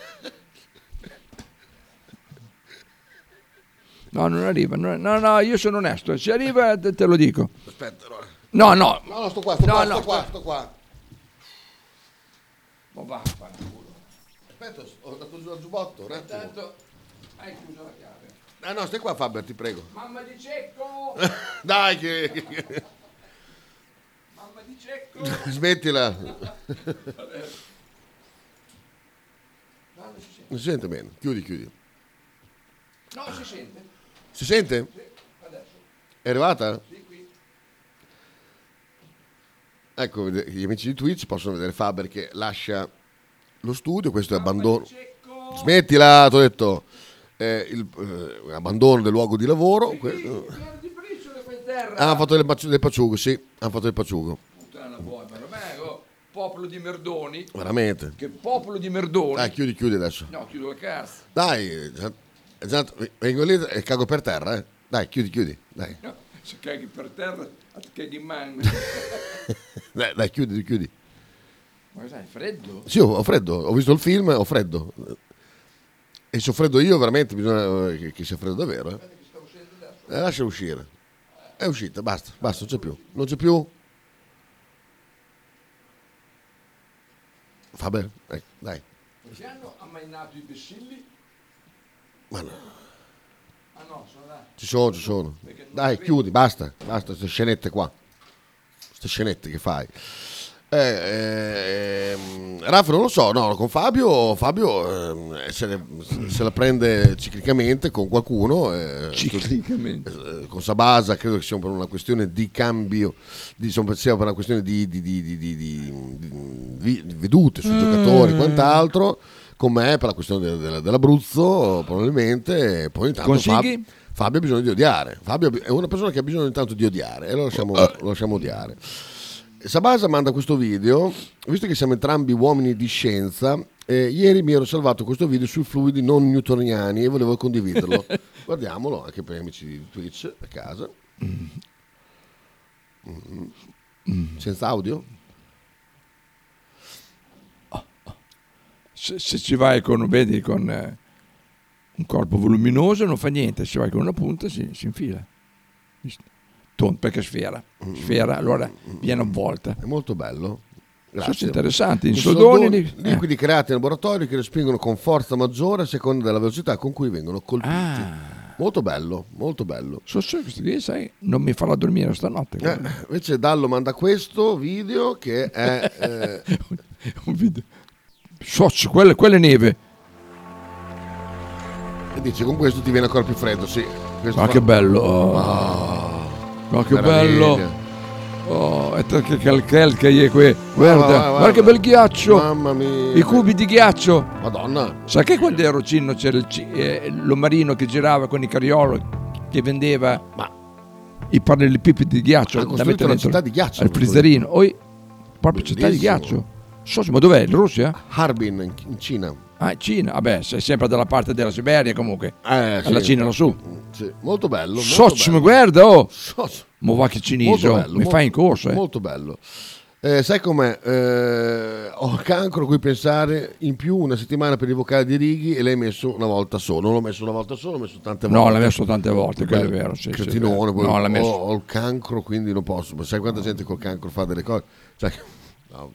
No, non arriva, no, io sono onesto, se arriva te lo dico. Aspetta, allora. No, sto qua. Ma va, aspetta, ho dato giù al giubbotto, un attimo. Intanto hai chiuso la chiave. No, stai qua Fabio, ti prego. Mamma di Cecco! Dai che... Mamma di Cecco! Smettila. Non si sente bene, chiudi. No, si sente. Si sente? Sì, adesso. È arrivata? Sì, qui. Ecco, gli amici di Twitch possono vedere Faber che lascia lo studio, questo è abbandono. Smettila, ti ho detto. Abbandono del luogo di lavoro. Hanno fatto del paciugo, sì, hanno fatto del paciugo. Puttana buona, popolo di merdoni. Veramente. Che popolo di merdoni. Dai, chiudi adesso. No, chiudo la cazzo. Dai, vengo lì e cago per terra, Dai, chiudi, dai. No, se caghi per terra, caghi in mano. Dai, chiudi. Ma cos'è, freddo? Sì, ho freddo, ho visto il film, ho freddo. E se ho freddo io, veramente bisogna che sia freddo davvero. Lascia uscire. È uscita, basta, non c'è più. Fa bene, dai. Questi hanno ammainato i bessilli? Ma no. Ah no, sono là. Ci sono. Dai, chiudi, basta, queste scenette qua. Queste scenette che fai. Raffa non lo so, no, con Fabio se la prende ciclicamente con qualcuno, ciclicamente. Con Sabasa credo che sia per una questione di cambio, sia per una questione di vedute sui giocatori, quant'altro, con me per la questione dell'Abruzzo probabilmente, e poi intanto Fabio ha bisogno di odiare, Fabio è una persona che ha bisogno intanto di odiare e lo lasciamo odiare. Sabasa manda questo video, visto che siamo entrambi uomini di scienza, ieri mi ero salvato questo video sui fluidi non newtoniani e volevo condividerlo. Guardiamolo anche per gli amici di Twitch a casa. Senza audio? se ci vai con un corpo voluminoso non fa niente, se vai con una punta si infila. Perché sfera, allora viene avvolta. È molto bello. Grazie. Sono interessanti, in soldoni soldoni liquidi creati in laboratorio che respingono con forza maggiore a seconda della velocità con cui vengono colpiti. Molto bello, molto bello. Sai, non mi farà dormire stanotte. Invece Dallo manda questo video che è un video. Quella è neve. E dice con questo ti viene ancora più freddo, sì. Ma che bello. Ma che bello. È che qui. Guarda che bel ghiaccio. Mamma mia. I cubi di ghiaccio. Madonna. Sai che quando ero cinno c'era l'omarino che girava con i carioli che vendeva i parallelepipi di ghiaccio. Ha costruito una città di ghiaccio. Al frizzerino. Proprio città di ghiaccio. Ma dov'è? In Russia? Harbin, in Cina. In Cina, vabbè, sei sempre dalla parte della Siberia comunque. Alla sì. Cina lassù. Sì, molto bello. Mi guarda, mo va che cinese, mi fai in corso. Molto bello. Sai com'è? Ho cancro a cui pensare, in più una settimana per i vocali di Righi e l'hai messo una volta solo. Non l'ho messo una volta solo, l'ho messo tante volte. No, l'ho messo tante volte, quello è vero. Sì, cretinone, no, l'ho messo. Ho il cancro, quindi non posso. Ma sai quanta gente col cancro fa delle cose? No.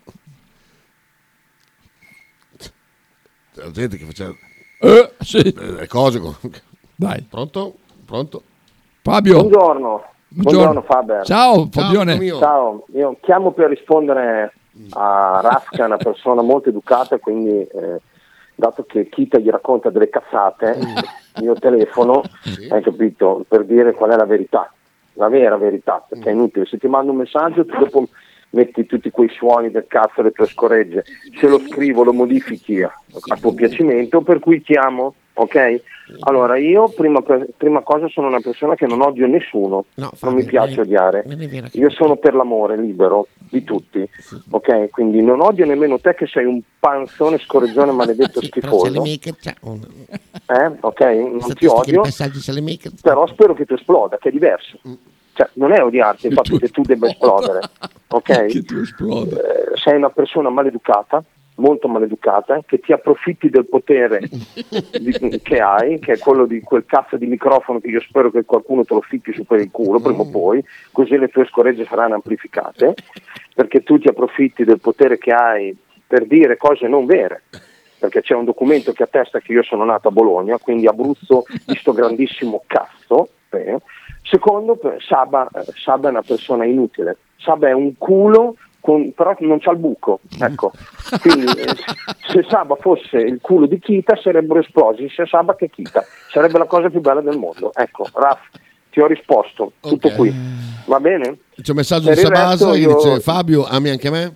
La gente che faceva le cose Dai. Pronto? Fabio. Buongiorno Faber. Ciao Fabione. Ciao, io chiamo per rispondere a Raf, che è una persona molto educata, quindi dato che Kita gli racconta delle cazzate, io telefono, hai capito, per dire qual è la verità, la vera verità, perché è inutile, se ti mando un messaggio tu dopo metti tutti quei suoni del cazzo, le tue scoregge, se lo scrivo lo modifichi a tuo piacimento, per cui chiamo, ok? Allora io prima cosa sono una persona che non odio nessuno, non mi piace odiare, io sono per l'amore libero di tutti, ok? Quindi non odio nemmeno te che sei un panzone scorreggione maledetto schifoso, ok? Non ti odio, però spero che tu esploda, che è diverso. Cioè, non è odiarti il fatto che tu debba esplodere, ok? Che tu esplodi. Sei una persona maleducata, molto maleducata, che ti approfitti del potere che hai, che è quello di quel cazzo di microfono che io spero che qualcuno te lo ficchi su per il culo prima o poi, così le tue scoregge saranno amplificate, perché tu ti approfitti del potere che hai per dire cose non vere. Perché c'è un documento che attesta che io sono nato a Bologna, quindi Abruzzo di sto grandissimo cazzo. Secondo, Saba è una persona inutile. Saba è un culo, però non c'ha il buco. Ecco. Quindi se Saba fosse il culo di Kita sarebbero esplosi, sia Saba che Kita. Sarebbe la cosa più bella del mondo. Ecco, Raf, ti ho risposto. Tutto qui. Va bene? C'è un messaggio di Sabasa che dice: Fabio, ami anche me?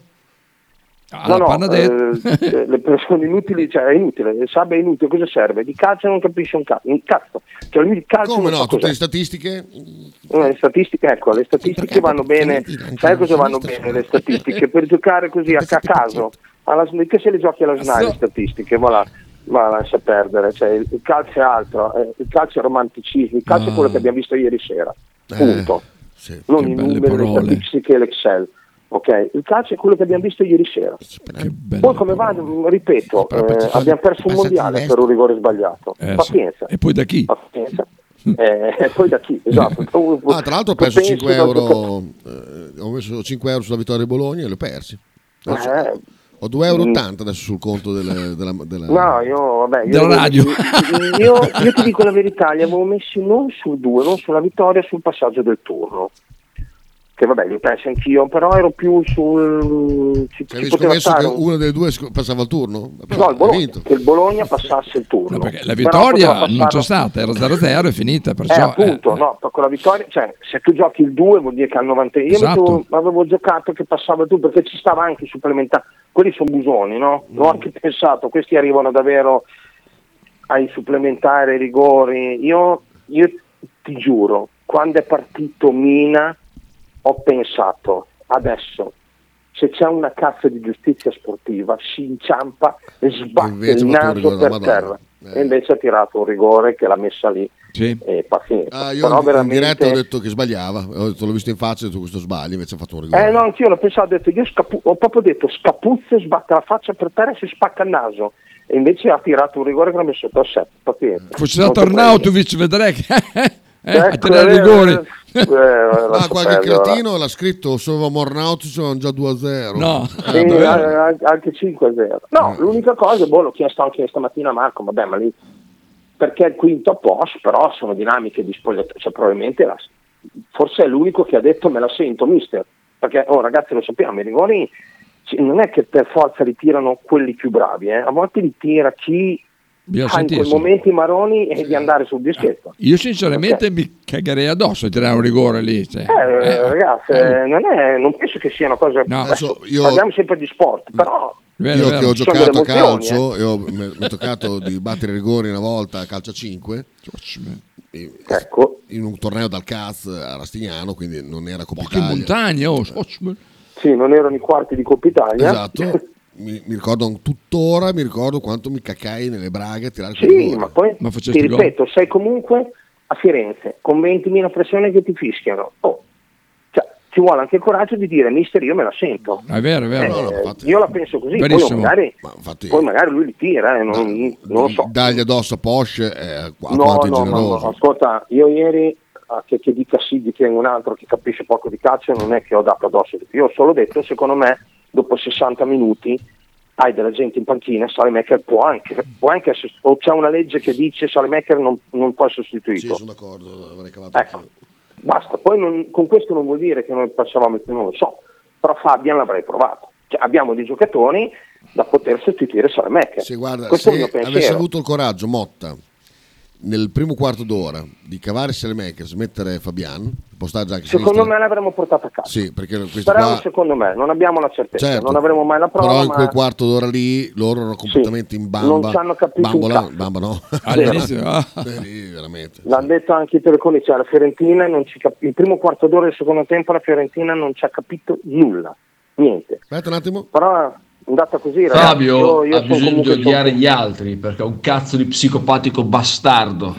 Le persone inutili, cioè è inutile, Saba è inutile, cosa serve? Di calcio non capisce un cazzo. Cioè lui di calcio come non no, so tutte cos'è. le statistiche? Le statistiche vanno bene, sai cosa vanno bene le statistiche? Per giocare così a caso, che se le giochi alla SNAI le statistiche, ma lascia perdere, cioè, il calcio è altro, il calcio è romanticismo, il calcio è quello che abbiamo visto ieri sera, punto. Non i numeri, le statistiche e l'Excel. Ok, il calcio è quello che abbiamo visto ieri sera. Poi come va, ripeto, abbiamo perso un mondiale per un rigore sbagliato. Pazienza. E poi da chi? Pazienza. E poi da chi? Esatto. Tra l'altro ho perso 5 euro. Ho messo 5 euro sulla vittoria di Bologna e li ho persi. Ho 2,80 euro adesso sul conto della radio. Io ti dico la verità, li avevo messi non sul 2, non sulla vittoria, sul passaggio del turno. Che vabbè, li ho persi anch'io, però ero più sul... Avevi scommesso che uno dei due passava il turno? No, il Bologna, che il Bologna passasse il turno. No, perché la vittoria non c'è stata, era 0-0 è finita, perciò... appunto, no, con la vittoria, cioè, se tu giochi il 2 vuol dire che al 90... Io avevo giocato che passava il turno, perché ci stava anche supplementare. Quelli sono busoni, no? L'ho anche pensato, questi arrivano davvero ai supplementari, ai rigori. Io ti giuro, quando è partito Mina... ho pensato, adesso se c'è una cazzo di giustizia sportiva si inciampa e sbatte il naso per terra. e invece ha tirato un rigore che l'ha messa lì. Sì. Pazienza. Io Però in veramente... diretta ho detto che sbagliava, l'ho visto in faccia e ho detto questo sbaglia, invece ha fatto un rigore. No, anch'io l'ho pensato, ho detto, ho proprio detto scapuzzo, sbatte la faccia per terra e si spacca il naso. E invece ha tirato un rigore che l'ha messo sotto a 7. Pazienza. Fosse stato Arnautovic, vedrai che a tirare rigori. Qualche cretino l'ha scritto solo Mornautic, sono già 2-0. No, anche 5-0. No, l'unica cosa, l'ho chiesto anche stamattina a Marco, vabbè, ma lì perché il quinto post, però sono dinamiche di spogliatoio, cioè probabilmente forse è l'unico che ha detto me la sento mister, perché ragazzi lo sappiamo, i rigori non è che per forza li tirano quelli più bravi, a volte li tira chi ha in quei momenti maroni e di andare sul dischetto. Io sinceramente mi cagherei addosso a tirare un rigore lì. Ragazzi, non penso che sia una cosa. No, parliamo sempre di sport, però. Io che ho giocato a calcio e mi è toccato di battere rigori una volta a calcio a 5 in un torneo dal Caz a Rastignano, quindi non era Coppa Italia. Che montagna, sì, non erano i quarti di Coppa Italia. Esatto. Mi ricordo tuttora, quanto mi cacai nelle braghe a tirare rigori. Ma poi ti ripeto, sei comunque a Firenze con 20.000 persone che ti fischiano. Ci vuole anche il coraggio di dire mister, io me la sento. È vero. Io la penso così, poi magari lui li tira, non lo so. Dagli addosso a Porsche è quanto è generoso. Ascolta, io ieri che dica Sigli che è un altro che capisce poco di calcio, non è che ho dato addosso. Io ho solo detto, secondo me, dopo 60 minuti hai della gente in panchina, Salemaker può anche o c'è una legge che dice Salemaker non può sostituito. Sì, sono d'accordo, avrei cavato. Ecco. Basta, poi con questo non vuol dire che noi passavamo il primo, non lo so, però Fabian l'avrei provato, abbiamo dei giocatori da poter sostituire Salemaker. Sì, guarda, questo se è il mio pensiero. avesse avuto il coraggio Motta nel primo quarto d'ora di cavare Salemaker, smettere Fabian, postare già anche secondo me l'avremmo portato a casa. Sì, perché però secondo me non abbiamo la certezza, certo, non avremo mai la prova. Però in quel quarto d'ora lì loro erano completamente in bamba. Non ci hanno capito bamba no. All'inizio veramente. L'hanno detto anche i teleconi, la Fiorentina il primo quarto d'ora del secondo tempo la Fiorentina non ci ha capito nulla, niente. Aspetta un attimo. Però è andata così, ragazzi. Fabio ha bisogno di odiare gli altri perché è un cazzo di psicopatico bastardo.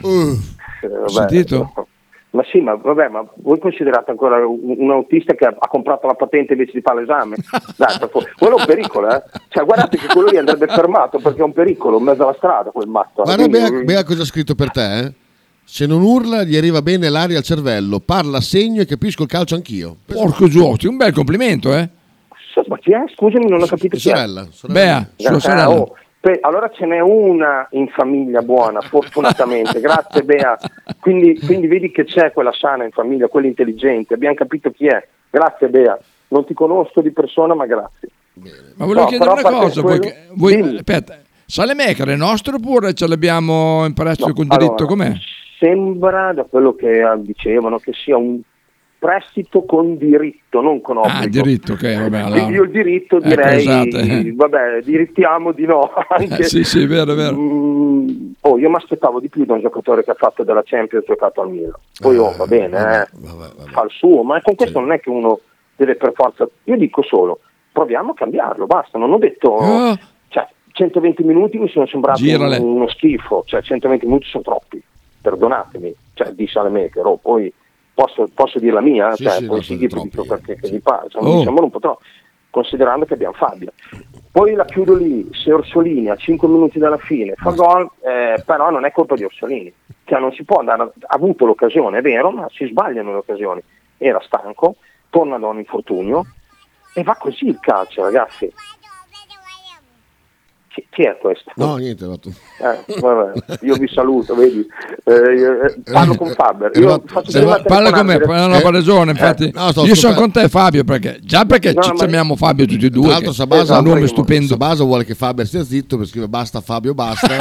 Sentito? Ma sì, ma voi considerate ancora un autista che ha comprato la patente invece di fare l'esame? Dai, quello è un pericolo, Cioè, guardate che quello lì andrebbe fermato perché è un pericolo in mezzo alla strada, quel matto. Guarda Bea cosa ha scritto per te, Se non urla gli arriva bene l'aria al cervello, parla a segno e capisco il calcio anch'io. Porco Giusto, un bel complimento, Ma chi è? Scusami, non ho capito chi è. Bea, sua sorella. Allora ce n'è una in famiglia buona, fortunatamente. Grazie Bea. Quindi vedi che c'è quella sana in famiglia, quella intelligente. Abbiamo capito chi è. Grazie Bea. Non ti conosco di persona, ma grazie. Ma volevo chiedere una cosa. Aspetta, Salemaker è nostro oppure ce l'abbiamo in prestito con diritto? Com'è? Sembra, da quello che dicevano, che sia un prestito con diritto, non con obbligo. Diritto, ok, vabbè. Allora. Io il diritto direi, vabbè, dirittiamo di no. Anche, sì, vero. Io mi aspettavo di più da un giocatore che ha fatto della Champions, giocato al Milan. Poi va bene, fa il suo, ma con questo non è che uno deve per forza. Io dico solo, proviamo a cambiarlo, basta. Non ho detto, 120 minuti mi sono sembrati uno schifo, 120 minuti sono troppi, perdonatemi, di Salemaker, poi posso dire la mia, poi si dico perché mi pare, mi sembra un po' troppo, considerando che abbiamo Fabio. Poi la chiudo lì, se Orsolini a 5 minuti dalla fine fa gol, però non è colpa di Orsolini, non si può andare, ha avuto l'occasione, è vero, ma si sbagliano le occasioni, era stanco, torna da un infortunio e va così il calcio, ragazzi. Chi è questo? No, niente, vabbè, io vi saluto, vedi, parlo con Faber. Parla con me, hanno ragione, infatti. Io sono con te Fabio, perché ci chiamiamo Fabio tutti e due. Tra l'altro Sabasa è un nome stupendo. Sabasa vuole che Faber stia zitto per scrivere basta Fabio, basta.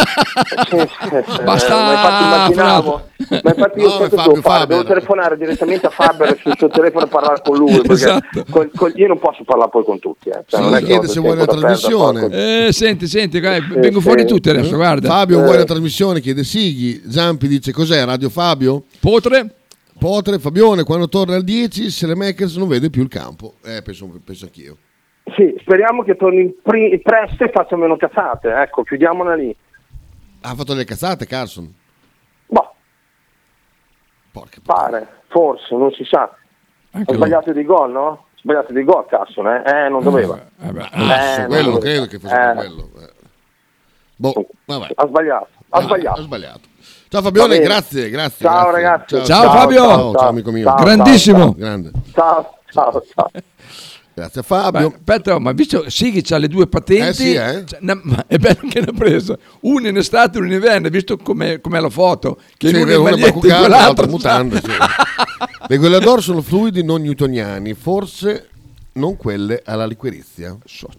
Ma infatti io devo telefonare direttamente a Faber sul suo telefono e parlare con lui, perché io non posso parlare poi con tutti. Non è chiede se vuole la trasmissione. Senti, vengo fuori tutti adesso, guarda. Fabio vuole la trasmissione, chiede Sighi. Zampi dice cos'è Radio Fabio? Potre, Fabione, quando torna al 10 Salemaker non vede più il campo. Penso anch'io. Sì, speriamo che torni presto e faccia meno cazzate, ecco, chiudiamola lì. Ha fatto delle cazzate Carson? Boh. Porca Pare, forse, non si sa. Ha sbagliato di gol, no? Sbagliato di gol Carson, non doveva. Quello non credo che fosse per quello. Boh, vabbè. Ha sbagliato. Ciao Fabione, Va bene. grazie. Ciao, ragazzi. Ciao, Fabio. Ciao amico mio. Grandissimo. Grande. Ciao. Grazie a Fabio. Aspetta, ma visto Sighi c'ha le due patenti, Sì, ma è bello che ne ha preso una in estate e una in inverno, visto com'è la foto, che Sì, l'una è una maglietta e bacucata, quell'altra l'altra mutande. Sì. Le goleador sono fluidi non newtoniani, forse non quelle alla liquirizia.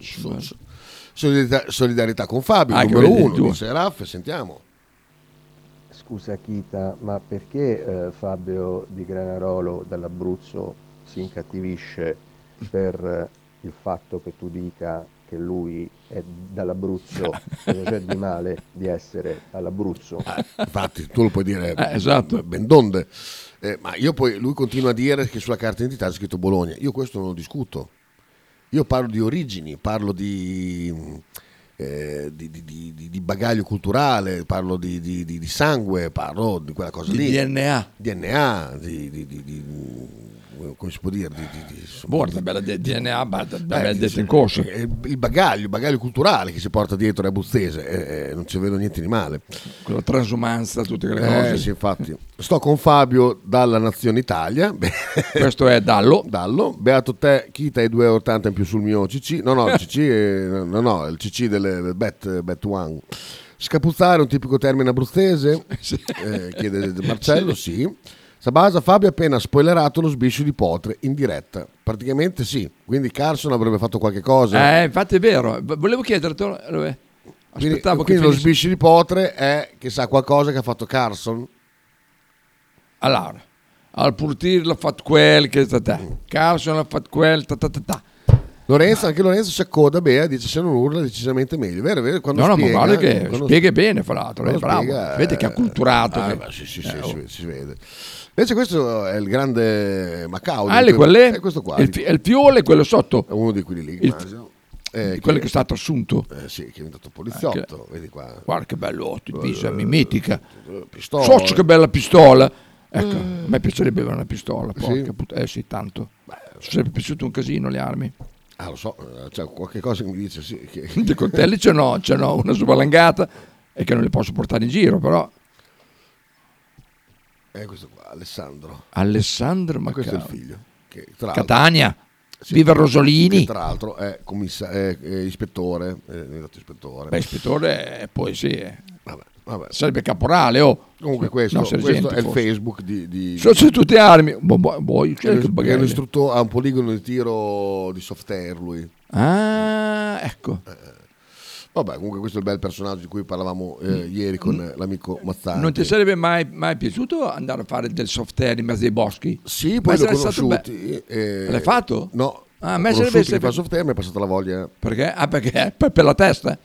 Solidarietà con Fabio, numero uno, dice Raff, sentiamo. Scusa Chita, ma perché Fabio di Granarolo dall'Abruzzo si incattivisce per il fatto che tu dica che lui è dall'Abruzzo e non c'è di male di essere all'Abruzzo? Infatti tu lo puoi dire esatto. ben donde, ma io poi lui continua a dire che sulla carta d'identità c'è scritto Bologna. Io questo non lo discuto. Io parlo di origini, parlo di bagaglio culturale, parlo di sangue, parlo di quella cosa di lì. DNA, come si può dire? Borda, bella DNA, bella detto in corso. Il bagaglio culturale che si porta dietro è abruzzese, non ci vedo niente di male. Quella transumanza, tutte quelle cose. Sì, infatti. Sto con Fabio dalla Nazione Italia. Questo è Dallo. Beato te, Chita e 2,80 in più sul mio CC. No, il CC è il CC del Bet One. Scapuzzare è un tipico termine abruzzese? Chiede Marcello, sì. Sabasa, Fabio ha appena spoilerato lo sbiscio di Potre in diretta. Praticamente sì, quindi Carson avrebbe fatto qualche cosa. Infatti è vero, volevo chiederti. Aspettavo quindi lo sbiscio di Potre è che sa qualcosa che ha fatto Carson? Allora, al Purtir l'ha fatto quel che Carson l'ha fatto quel Anche Lorenzo si accoda bene, dice se non urla decisamente meglio, vero? Quando ma spiega, guarda che spiega bene, fra l'altro, è bravo, vedi che ha culturato. Si vede. Invece questo è il grande Macau. È questo qua. Il fiole è quello sotto. È uno di quelli lì, immagino. Quello che è stato assunto. Sì, che è diventato poliziotto. Vedi qua. Guarda che bello, divisa mimetica. Pistola. Soccio che bella pistola. Ecco, a me piacerebbe avere una pistola, porca sì, tanto. Sono sempre piaciuto un casino le armi. Lo so, c'è qualche cosa che mi dice sì. Di coltelli ce n'ho una suballangata e che non li posso portare in giro, però. Questo qua, Alessandro. Ma questo è il figlio. Che, Catania. Viva Rosolini. Che tra l'altro è ispettore. Beh, ispettore poi sì. Vabbè. Sarebbe caporale, Comunque questo è il Facebook di sono tutte armi. È un istruttore, ha un poligono di tiro di Softair lui. Ecco. Vabbè, comunque questo è il bel personaggio di cui parlavamo ieri con l'amico Mazzani. Non ti sarebbe mai piaciuto andare a fare del Softair in mezzo ai boschi? Sì, poi l'ho conosciuti. L'hai fatto? No. A me sarebbe fa Softair, mi è passata la voglia. Perché? Perché per la testa.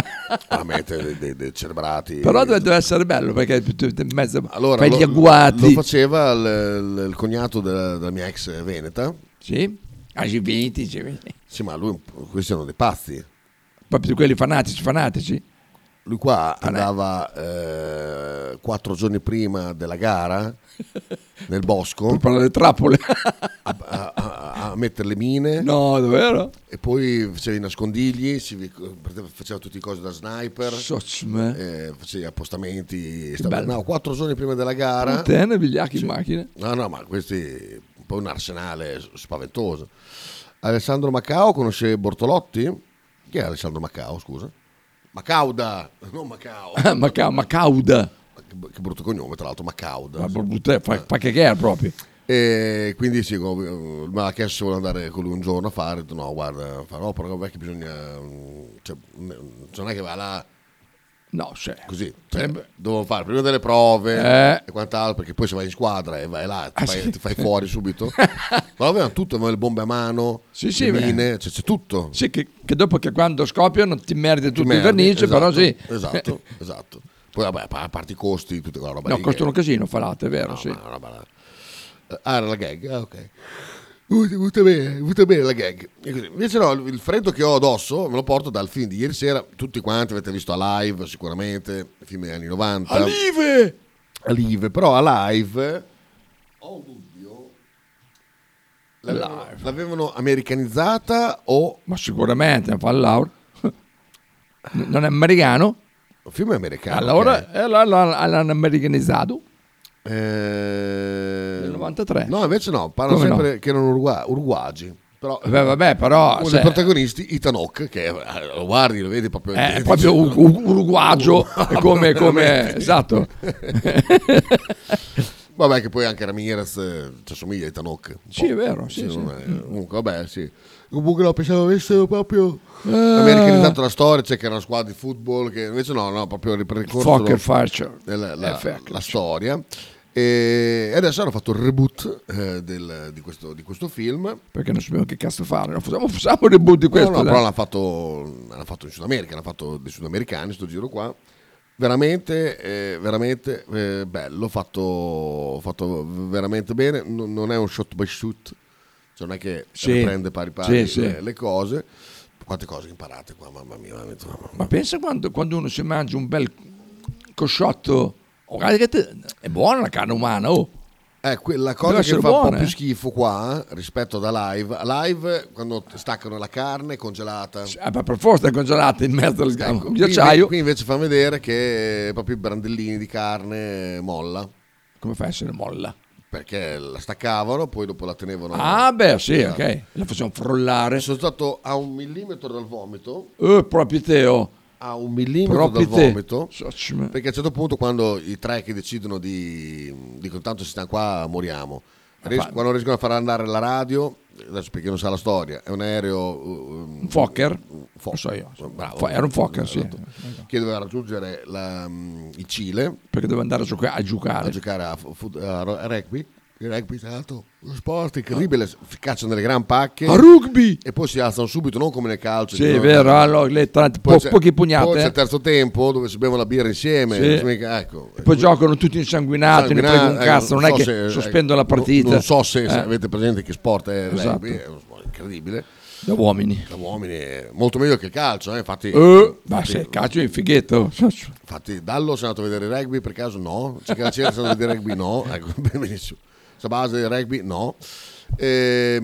Dei cerebrati. Però deve essere bello perché in mezzo allora, fai gli agguati. Lo faceva il cognato della mia ex veneta. Sì? Veneti. Sì, ma questi erano dei pazzi. Proprio di quelli fanatici. Lui qua andava 4 giorni prima della gara nel bosco per le trappole a mettere le mine. No, davvero? E poi faceva i nascondigli, faceva tutte le cose da sniper, faceva appostamenti. 4 giorni prima della gara. Vigliacchi in macchina. No, ma questi poi un arsenale spaventoso. Alessandro Macao conosce Bortolotti? Chi è Alessandro Macao, scusa? Macauda, non Macao. Macauda. Che brutto cognome, tra l'altro, Macauda. Fa che è proprio. E quindi sì, mi ha chiesto se volevo andare con lui un giorno a fare. Ho detto, no, guarda, perché bisogna. Cioè, non è che va là. No, così. Devo fare prima delle prove e quant'altro, perché poi se vai in squadra e vai là, ti fai fuori subito. Ma avevano tutto, avevano le bombe a mano, le mine, c'è tutto. Sì, che dopo che quando scoppiano ti merdi tutto il vernice, esatto, però sì. Esatto. Poi vabbè, a parte i costi, tutte quella roba. No, costano un casino, falate, è vero, sì. Era la gag, ok. Venuta bene la gag. E così. Invece no, il freddo che ho addosso me lo porto dal film di ieri sera. Tutti quanti avete visto a Live sicuramente, film degli anni 90. A Live, però a Live ho un dubbio. L'avevano americanizzata o... Ma sicuramente, fa Laura. Non è americano? Il film è americano. Allora okay. l'hanno americanizzato. Nel 93. No, invece no, parlano come sempre no? che erano uruguagi. Però, vabbè, però uno dei protagonisti, Ethan Hawke, che lo guardi, lo vedi proprio... È proprio uruguagio, come esatto. Vabbè, che poi anche Ramirez ci assomiglia a Ethan Hawke. Sì, è vero, sì. Comunque, vabbè, sì. Comunque no, pensavo avessero proprio americanizzato la storia, c'è che era una squadra di football, che invece no, proprio ripercorso la storia. E adesso hanno fatto il reboot di questo film. Perché non sappiamo che cazzo fare. Facciamo il reboot di questo. No, però l'hanno fatto in Sud America, l'hanno fatto dei sudamericani, sto giro qua. Veramente bello, fatto veramente bene. Non è un shot by shoot, cioè non è che prende pari le cose. Quante cose imparate qua, mamma mia. Ma pensa quando uno si mangia un bel cosciotto. È buona la carne umana, la cosa che fa un po' più schifo qua rispetto ad Live quando staccano la carne congelata. Per forza è congelata in mezzo al ghiacciaio. Qui invece fa vedere che proprio i brandellini di carne molla. Come fa a essere molla? Perché la staccavano, poi dopo la tenevano. Ah, beh, sì, ok. La facciamo frollare. Sono stato a 1 millimetro dal vomito. Proprio Teo. A 1 millimetro dal vomito, perché a un certo punto quando i tre che decidono dicono tanto si sta qua moriamo, quando riescono a far andare la radio, adesso perché non sa la storia, è un aereo un Fokker, so io. Bravo, era un Fokker, sì, che doveva raggiungere il Cile perché doveva andare a giocare a rugby. Il rugby è stato uno sport incredibile, cacciano delle gran pacche a rugby e poi si alzano subito, non come nel calcio. Sì, è vero, allora, pochi pugnate. Poi c'è il terzo tempo dove si bevono la birra insieme. Sì. Poi giocano tutti insanguinati, ne prego un cazzo, non è che sospendono la partita. Non so se avete presente che sport è il rugby, è uno sport incredibile. Da uomini è molto meglio che il calcio, infatti. Il calcio è un fighetto. Infatti, Dallo si è andato a vedere il rugby per caso? No. C'è che c'era, si è andato a vedere il rugby? No. Ecco, benissimo. Base del rugby no, e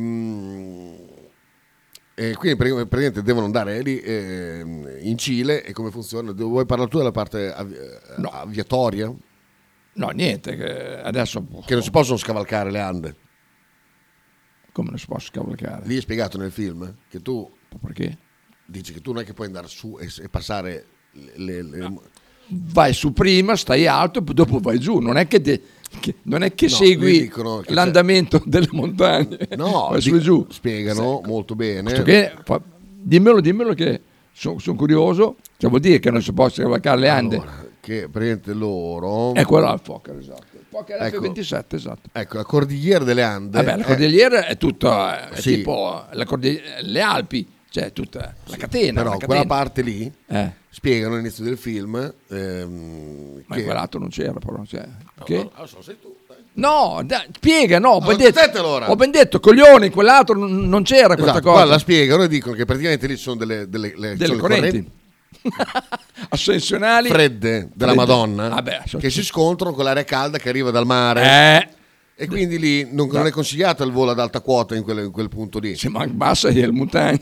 quindi praticamente devono andare lì in Cile. E come funziona? Vuoi parlare tu della parte aviatoria? No, niente, che adesso che non si possono scavalcare le Ande. Come non si può scavalcare? Lì è spiegato nel film che tu perché? Dici che tu non è che puoi andare su e passare vai su prima, stai alto e dopo vai giù, non è che segui l'andamento delle montagne. No, vai su e giù. Spiegano molto bene. Dimmelo che sono curioso. Cioè vuol dire che non si può scavalcare le Ande. Che praticamente loro è quello al Fokker, esatto. Il Fokker F27, esatto. Ecco, la cordigliera delle Ande. Vabbè, la cordigliera è tutta tipo le Alpi, cioè tutta la catena. Però quella parte lì spiegano all'inizio del film ma quell'altro non c'era, però che? No, sei tu. No, spiega, no, allora. Ho ben detto, coglioni, quell'altro non c'era questa cosa. Qua la spiegano e dicono che praticamente lì sono delle correnti ascensionali fredde della Madonna che si scontrano con l'aria calda che arriva dal mare. E quindi lì non è consigliato il volo ad alta quota in quel punto lì. Se manca bassa è il montagna.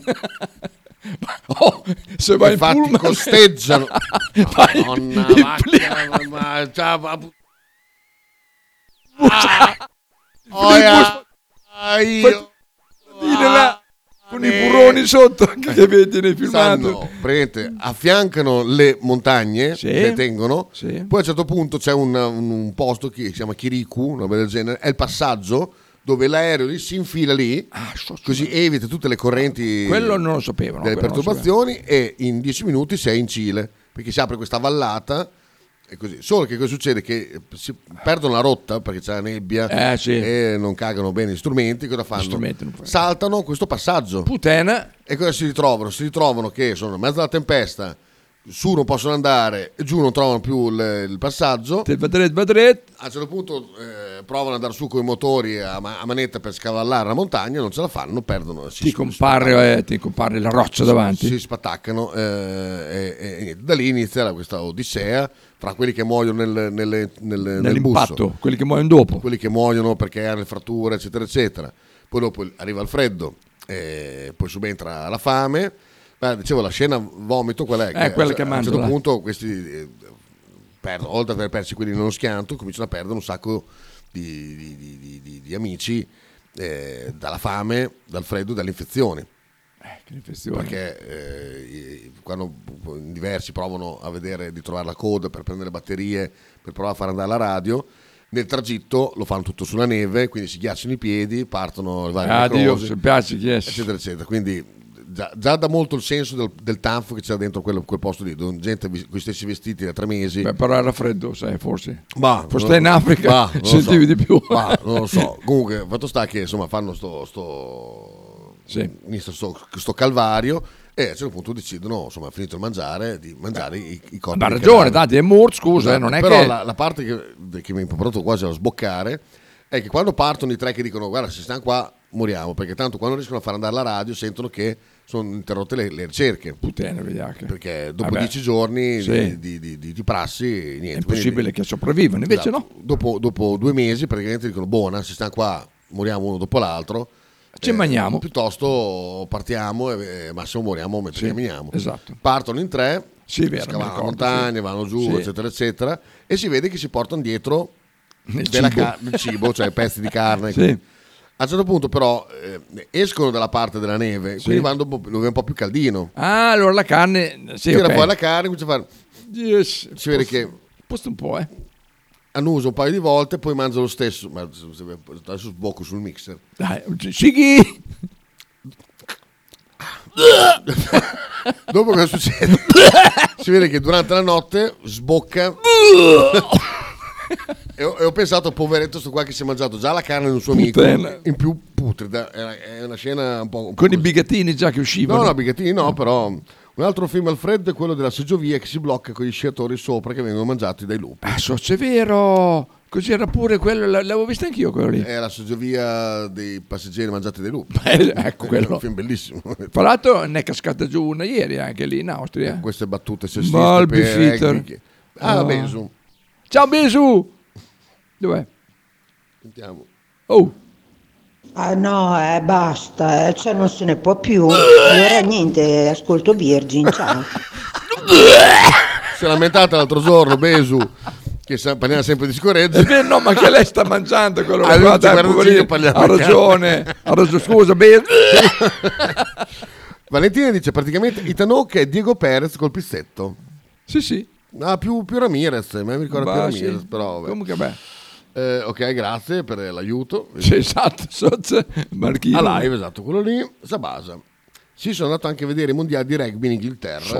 Se vai infatti in pullman costeggiano. con i burroni sotto che vedi nei filmati. Affiancano le montagne che tengono. Sì. Poi a un certo punto c'è un posto che si chiama Kirikou, una roba del genere. È il passaggio dove l'aereo lì si infila lì, così evita tutte le correnti. Quello non lo sapevano. Delle perturbazioni e in 10 minuti sei in Cile, perché si apre questa vallata. E così. Solo che cosa succede? Che si perdono la rotta perché c'è la nebbia e non cagano bene gli strumenti. Cosa fanno? Saltano questo passaggio. Puttana. E cosa si ritrovano? Si ritrovano che sono in mezzo alla tempesta, su non possono andare, giù non trovano più il passaggio. A un certo punto provano ad andare su con i motori a manetta per scavallare la montagna, non ce la fanno, perdono. Ti compare la roccia davanti. Si spattaccano e da lì inizia questa odissea fra quelli che muoiono nell'impatto, bus, quelli che muoiono dopo, quelli che muoiono perché hanno le fratture, eccetera, eccetera. Poi dopo arriva il freddo, poi subentra la fame. Dicevo, la scena vomito qual è? Quella che a un mangia, certo punto questi oltre ad aver perso quelli nello schianto, cominciano a perdere un sacco di amici dalla fame, dal freddo, dalle infezioni. Perché quando in diversi provano a vedere di trovare la coda per prendere le batterie per provare a far andare la radio, nel tragitto lo fanno tutto sulla neve, quindi si ghiacciano i piedi, partono le varie necrosi, Dio, piace, eccetera, eccetera. Quindi già dà molto il senso del tanfo che c'era dentro quel posto lì, dove gente con gli stessi vestiti da 3 mesi. Però era freddo, sai, forse. Forse stai in Africa, sentivi di più. Non lo so. Comunque, fatto sta che insomma fanno sto calvario e a un certo punto decidono, insomma, finito il mangiare, di mangiare i corpi. Ma ha ragione, tanti è morto, scusa, non è però che... la parte che mi ha portato quasi a sboccare è che quando partono i 3 che dicono guarda, se stiamo qua moriamo, perché tanto quando riescono a far andare la radio sentono che sono interrotte le ricerche. Puttana, vediaca. Perché dopo 10 giorni di prassi niente. È impossibile che sopravvivano, invece no. Dopo 2 mesi praticamente dicono buona, se stiamo qua moriamo uno dopo l'altro. Ci mangiamo. Piuttosto partiamo e massimo moriamo mentre camminiamo. Esatto. Partono in 3, scavano la montagna, vanno giù, eccetera, eccetera, e si vede che si portano dietro del cibo, cioè pezzi di carne. A un certo punto però escono dalla parte della neve, quindi vanno dove è un po' più caldino. Allora la carne tira fuori la carne, comincia a fare si vede che posto un po', annusa un paio di volte, poi mangia lo stesso. Ma adesso sbocco sul mixer. Dai, Sighi! Dopo cosa succede? Si vede che durante la notte sbocca. E ho pensato, poveretto sto qua che si è mangiato già la carne di un suo amico, in più putrida. È una scena un po' con i bigattini già che uscivano. No, bigattini no, però un altro film al freddo è quello della seggiovia che si blocca con gli sciatori sopra che vengono mangiati dai lupi. È vero, così era pure quello, l'avevo visto anch'io quello lì. È la seggiovia dei passeggeri mangiati dai lupi. Ecco, quello. È un film bellissimo. Tra l'altro ne è cascata giù una ieri anche lì in Austria. Queste battute sessiste per Besu. Ciao Besu. Dov'è? Sentiamo. Ah no, basta, cioè non se ne può più. Allora niente, ascolto Virgin, ciao. Si è lamentata l'altro giorno Besu che parliamo sempre di sicurezza. No, ma che lei sta mangiando quello ha ragione, scusa Besu. Valentina dice praticamente Itanok è Diego Perez col pizzetto. Sì. Più Ramirez, mi ricorda più Ramirez, sì. Però vabbè. Comunque beh. Ok, grazie per l'aiuto. Sì, esatto, Marchino. A live, esatto, quello lì, Sabasa. Sì, sono andato anche a vedere i mondiali di rugby in Inghilterra.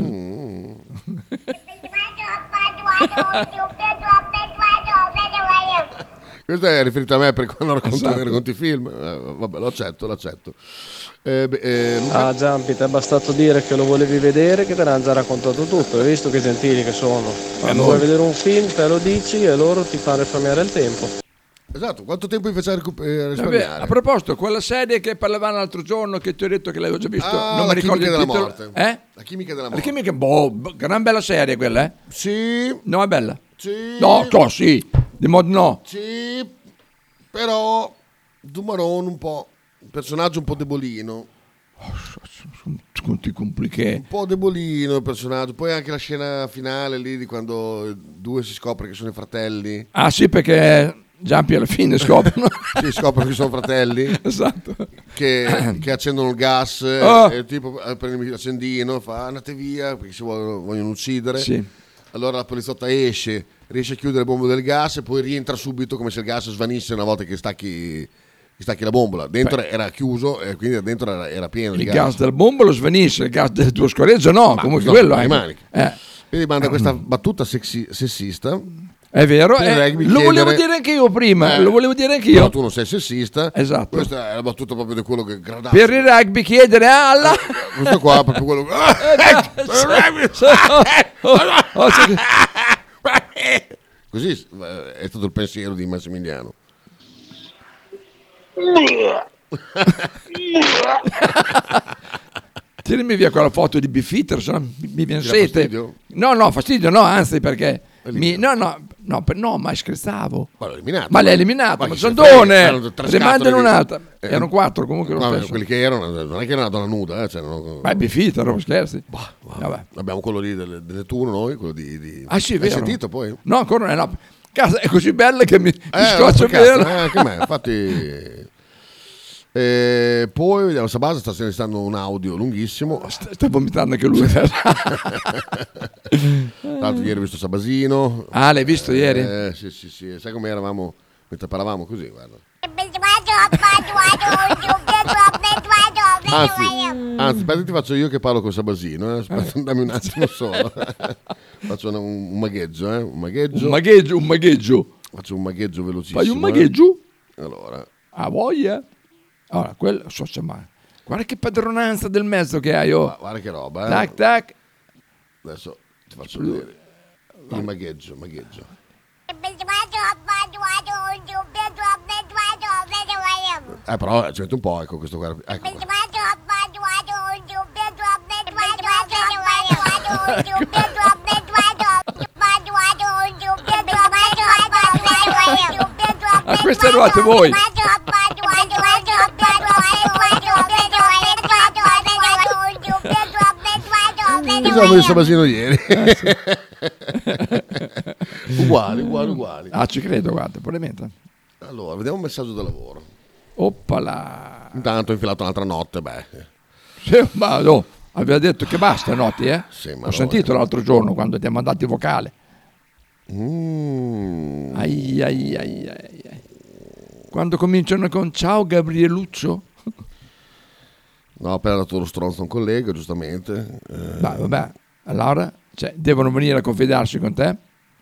Questo è riferito a me per quando racconti i film. Vabbè, lo accetto. Giampi, ti è bastato dire che lo volevi vedere che te l'hanno già raccontato tutto. Hai visto che gentili che sono. Quando vuoi vedere un film te lo dici e loro ti fanno risparmiare il tempo. Esatto, quanto tempo mi faceva risparmiare? A proposito, quella serie che parlavamo l'altro giorno che ti ho detto che l'avevo già visto, non mi ricordo il titolo. Morte. La chimica della morte. La chimica, gran bella serie quella, Sì. No, è bella. Sì. No, sì. Di modo no. Sì. Però Dumaron un po', un personaggio un po' debolino. Conti compliqué. Un po' debolino il personaggio. Poi anche la scena finale lì di quando 2 si scopre che sono i fratelli. Ah sì, perché Giampi alla fine scoprono. Sì, scoprono che sono fratelli. Esatto. Che accendono il gas e tipo prende l'accendino, fa andate via perché si vogliono uccidere. Sì. Allora la poliziotta esce, riesce a chiudere il bombo del gas e poi rientra subito come se il gas svanisse una volta che stacchi la bombola. Dentro era chiuso e quindi dentro era pieno di gas. Il gas del bombolo svanisce, il gas del tuo scoreggio no, comunque quello è. Quindi manda questa battuta sessista È vero, Per il rugby lo volevo chiedere- dire anche io prima, lo volevo dire anche io. Però tu non sei sessista. Esatto. Questa è la battuta proprio di quello che gradava. Per il rugby chiedere alla... Questo qua è proprio quello Così è stato il pensiero di Massimiliano. Tirami via quella foto di Bifitter, se no mi viene Ti dà sete. fastidio? No, fastidio no, anzi perché... No, ma scherzavo. Ma l'hai eliminato, ma Sandone! Rimandane un'altra. Erano 4 comunque lo No, stesso. quelli che erano, non è che era una donna nuda, cioè, Ma è Bifitter, non scherzi. Vabbè. abbiamo quello lì delle turno noi, quello di... Ah sì, è Hai vero. sentito poi? No, ancora no. Casa è così bella che mi cazzo, scoccia bene. anche me, infatti... poi vediamo, Sabasa sta registrando un audio lunghissimo. Sta vomitando anche lui. Tra l'altro ieri ho visto Sabasino. Ah, l'hai visto ieri? Sì. Sai come eravamo mentre parlavamo così, guarda. Anzi, aspetta, ti faccio io che parlo con Sabasino. Aspetta, dammi un attimo solo. Faccio un magheggio, Un magheggio. Faccio un magheggio velocissimo. Fai un magheggio? Allora. A voglia? Allora, quello so se mai. Guarda che padronanza del mezzo che hai, oh. Guarda che roba, Tac. Adesso ti faccio vedere. Il magheggio. Però ci mette un po', ecco questo qua. Ecco. A queste eravate voi. Diciamo di Sabasino ieri. uguali. Ah, ci credo, guarda, probabilmente. Allora, vediamo un messaggio da lavoro. Oppala. Intanto ho infilato un'altra notte, Sì, ma no, aveva detto che basta notti, eh? Sì, ma Ho sentito l'altro giorno quando ti ha mandato il vocale. Mm. Ai. Quando cominciano con ciao Gabrieluccio. No, ho appena dato lo stronzo a un collega, giustamente. Vabbè, allora, cioè, devono venire a confidarsi con te?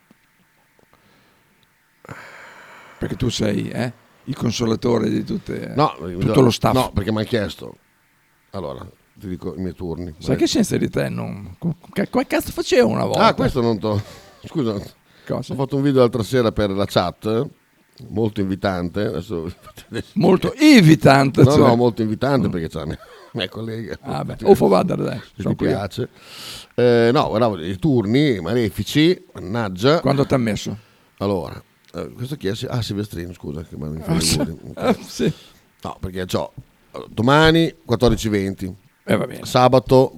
Perché tu sei il consolatore di tutto lo staff. No, perché mi hanno chiesto. Allora, ti dico i miei turni. Sai che senza di te non... Come cazzo facevo una volta? Ah, questo non Scusa, cosa? Ho fatto un video l'altra sera per la chat, molto invitante. Adesso... Molto invitante? No, molto invitante perché c'ha mia collega. Ah beh, o fodere dai. Mi piace. No, guardavo i turni malefici, mannaggia. Quando ti ha messo? Allora, questo chi è? Silvestrino, scusa. Che sì. No, perché c'ho domani 14:20. Va bene. Sabato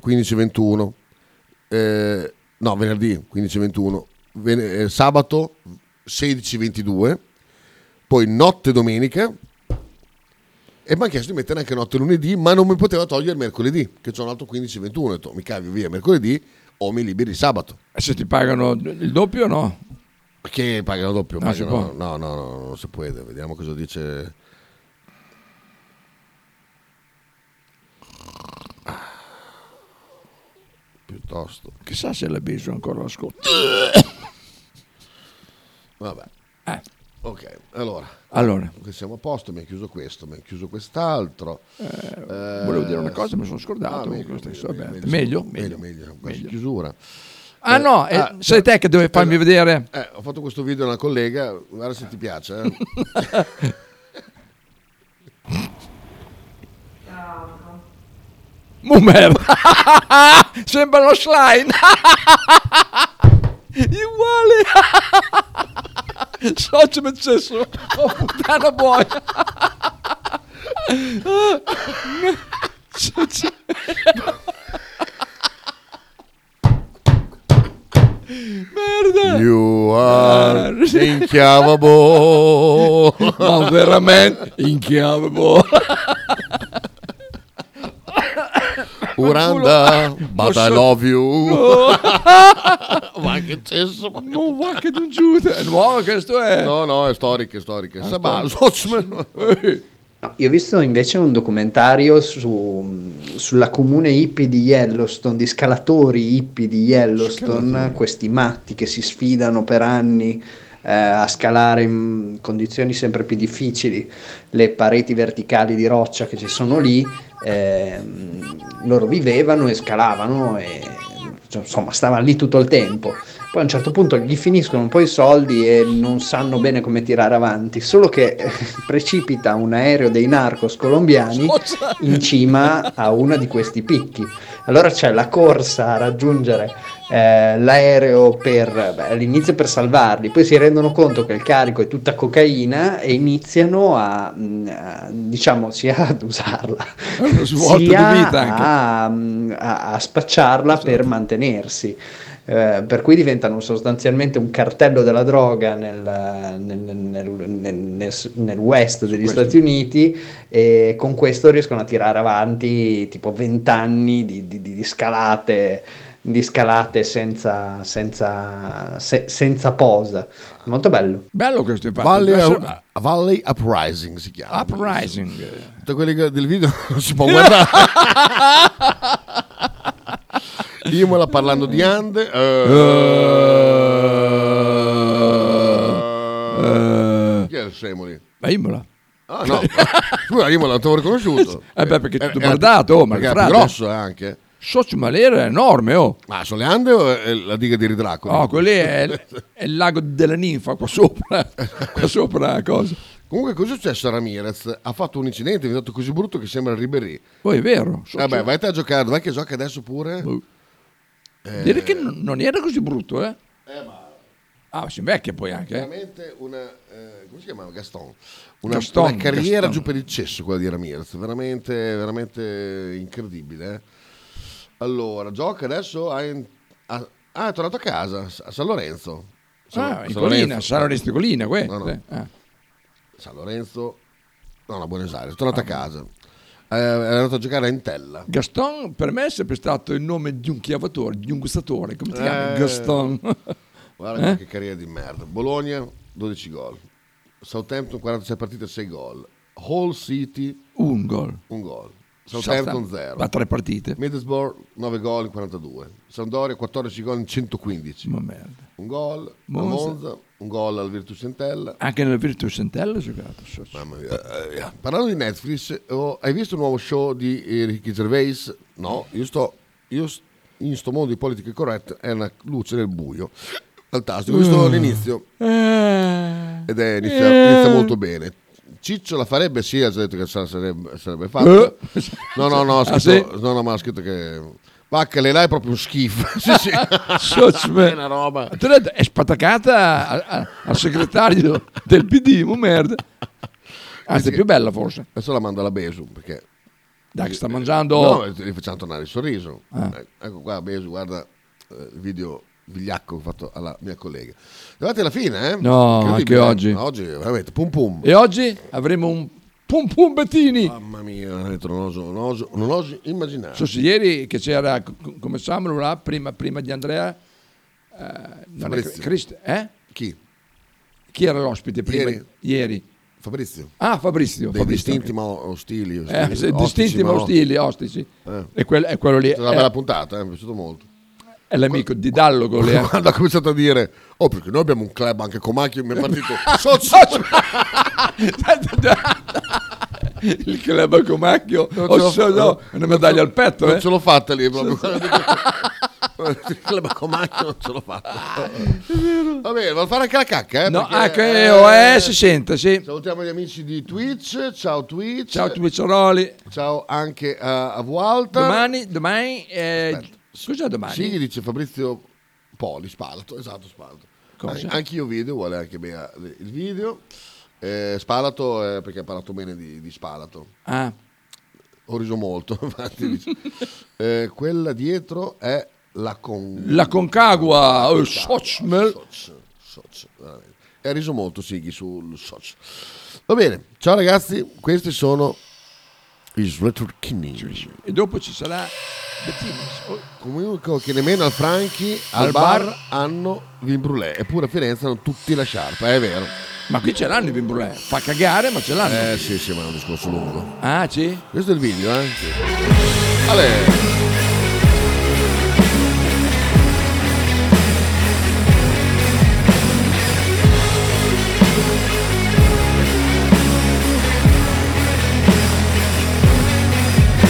15:21. No, venerdì 15:21. Sabato 16:22. Poi notte domenica. E mi ha chiesto di mettere anche notte lunedì, ma non mi poteva togliere mercoledì, che c'è un altro 15:21. Ho detto, mi cavio via mercoledì o mi liberi sabato. E se ti pagano il doppio o no? Che pagano doppio? No, si può. No, non si può. Vediamo cosa dice. Piuttosto. Chissà se l'ha visto ancora l'ascolto. Vabbè. Ok, allora. Che siamo a posto, mi ha chiuso questo, mi ha chiuso quest'altro. Volevo dire una cosa, mi sono scordato. Meglio. Quasi chiusura. Sei te che devi farmi vedere. Ho fatto questo video a una collega, guarda se ti piace. Merda. Sembra lo slime. Uguale. Socio mi cesso. Oh puttana boia. Merda. You are inchiavable. Ma veramente inchiavable. Uranda, but I love you. Ma che cesso? Non va che non giude. È nuovo questo è. No, è storiche. Io ho visto invece un documentario sulla comune hippie di Yellowstone, di scalatori hippie di Yellowstone, questi matti che si sfidano per anni a scalare in condizioni sempre più difficili le pareti verticali di roccia che ci sono lì, loro vivevano e scalavano e insomma stavano lì tutto il tempo. Poi a un certo punto gli finiscono un po' i soldi e non sanno bene come tirare avanti, solo che precipita un aereo dei narcos colombiani in cima a uno di questi picchi. Allora c'è la corsa a raggiungere l'aereo all'inizio per salvarli, poi si rendono conto che il carico è tutta cocaina e iniziano diciamo sia ad usarla sia a spacciarla per mantenersi. Per cui diventano sostanzialmente un cartello della droga nel west degli Stati Uniti, e con questo riescono a tirare avanti tipo 20 anni di scalate senza posa. Molto bello. Bello questo infatti. Valley Uprising si chiama. Uprising. Tutti quelli del video non si può guardare. Imola parlando di Ande. Chi è il Semoli? Ma Imola. Ah no, scusa, Imola non ti ho riconosciuto. Perché tutto guardato, ma è più grosso anche. Ma l'era è enorme, oh. Ma sono le Ande o è la diga di Ridracoli? No, quello è il lago della ninfa qua sopra. Qua sopra cosa. Comunque cosa è successo a Ramirez? Ha fatto un incidente, è diventato così brutto che sembra Ribéry. Poi è vero. Vabbè, vai a giocare, dov'è che gioca adesso pure? Dire che non era così brutto, eh? Ma si invecchia poi anche. Veramente una come si chiama? Gaston. Una carriera giù per il cesso quella di Ramirez, veramente incredibile. Allora, gioca adesso è tornato a casa a San Lorenzo. In Colina, San Lorenzo di Colina, no. San Lorenzo, a Buenos Aires, è tornato a casa. È andato a giocare a Entella. Gaston per me è sempre stato il nome di un chiavatore, di un gustatore. Come ti chiami? Gaston. Guarda che carriera di merda. Bologna 12 gol, Southampton 46 partite 6 gol, Hull City 1 gol, Southampton 0, a 3 partite, Middlesbrough 9 gol in 42, Sampdoria 14 gol in 115, ma merda, un gol a Monza, un gol al Virtus Entella. Anche nel Virtus Entella ha giocato. Mamma mia. Parlando di Netflix, hai visto il nuovo show di Ricky Gervais? No, io in sto mondo di politica corretta è una luce nel buio al tasto. Ho visto l'inizio ed inizia molto bene. Ciccio la farebbe, sì, ha detto che sarebbe fatto. No, ma ha scritto che Vaccale là è proprio un schifo. Sì. È una roba. È spattacata al segretario del PD, merda. Anzi, è più bella forse. Adesso la mando alla Besu perché dai, che sta mangiando. No, gli facciamo tornare il sorriso. Ecco qua, Besu, guarda il video vigliacco fatto alla mia collega. Arrivati alla fine, eh? No, anche oggi. Oggi veramente pum pum. E oggi avremo un pum pum Bettini. Mamma mia, non oso immaginare. Ieri che c'era come Samuel là, prima di Andrea. Chi era l'ospite prima? Ieri. Fabrizio. Fabrizio. Distinti ma ostili. Distinti ma ostili, ostici. È quello lì. È una bella puntata, mi è piaciuto molto. È l'amico di Dallo con le... Quando ha cominciato a dire perché noi abbiamo un club anche Comacchio, mi è partito il club Comacchio una medaglia al petto, non ce l'ho fatta lì proprio. Il club Comacchio non ce l'ho fatta. Va bene, vuol fare anche la cacca, no, che si sente, sì. Salutiamo gli amici di Twitch. Ciao Twitch. Ciao Twitcheroli. Ciao anche a Walter. Domani scusa, domani? Sì, dice Fabrizio Poli, Spalato, esatto, Spalato. Anche io video, vuole anche bene il video. Spalato perché ha parlato bene di Spalato. Ho riso molto, infatti. Quella dietro è la Concagua, Sochmel. Ha riso molto Sighi sul Soch. Va bene, ciao ragazzi, questi sono i Sweater Kidney. E dopo ci sarà comunque che nemmeno al Franchi al bar hanno vin brûlé, eppure a Firenze hanno tutti la sciarpa, è vero. Ma qui ce l'hanno i vin brûlé, fa cagare ma ce l'hanno. Sì, ma è un discorso lungo. Sì? Questo è il video, Allora.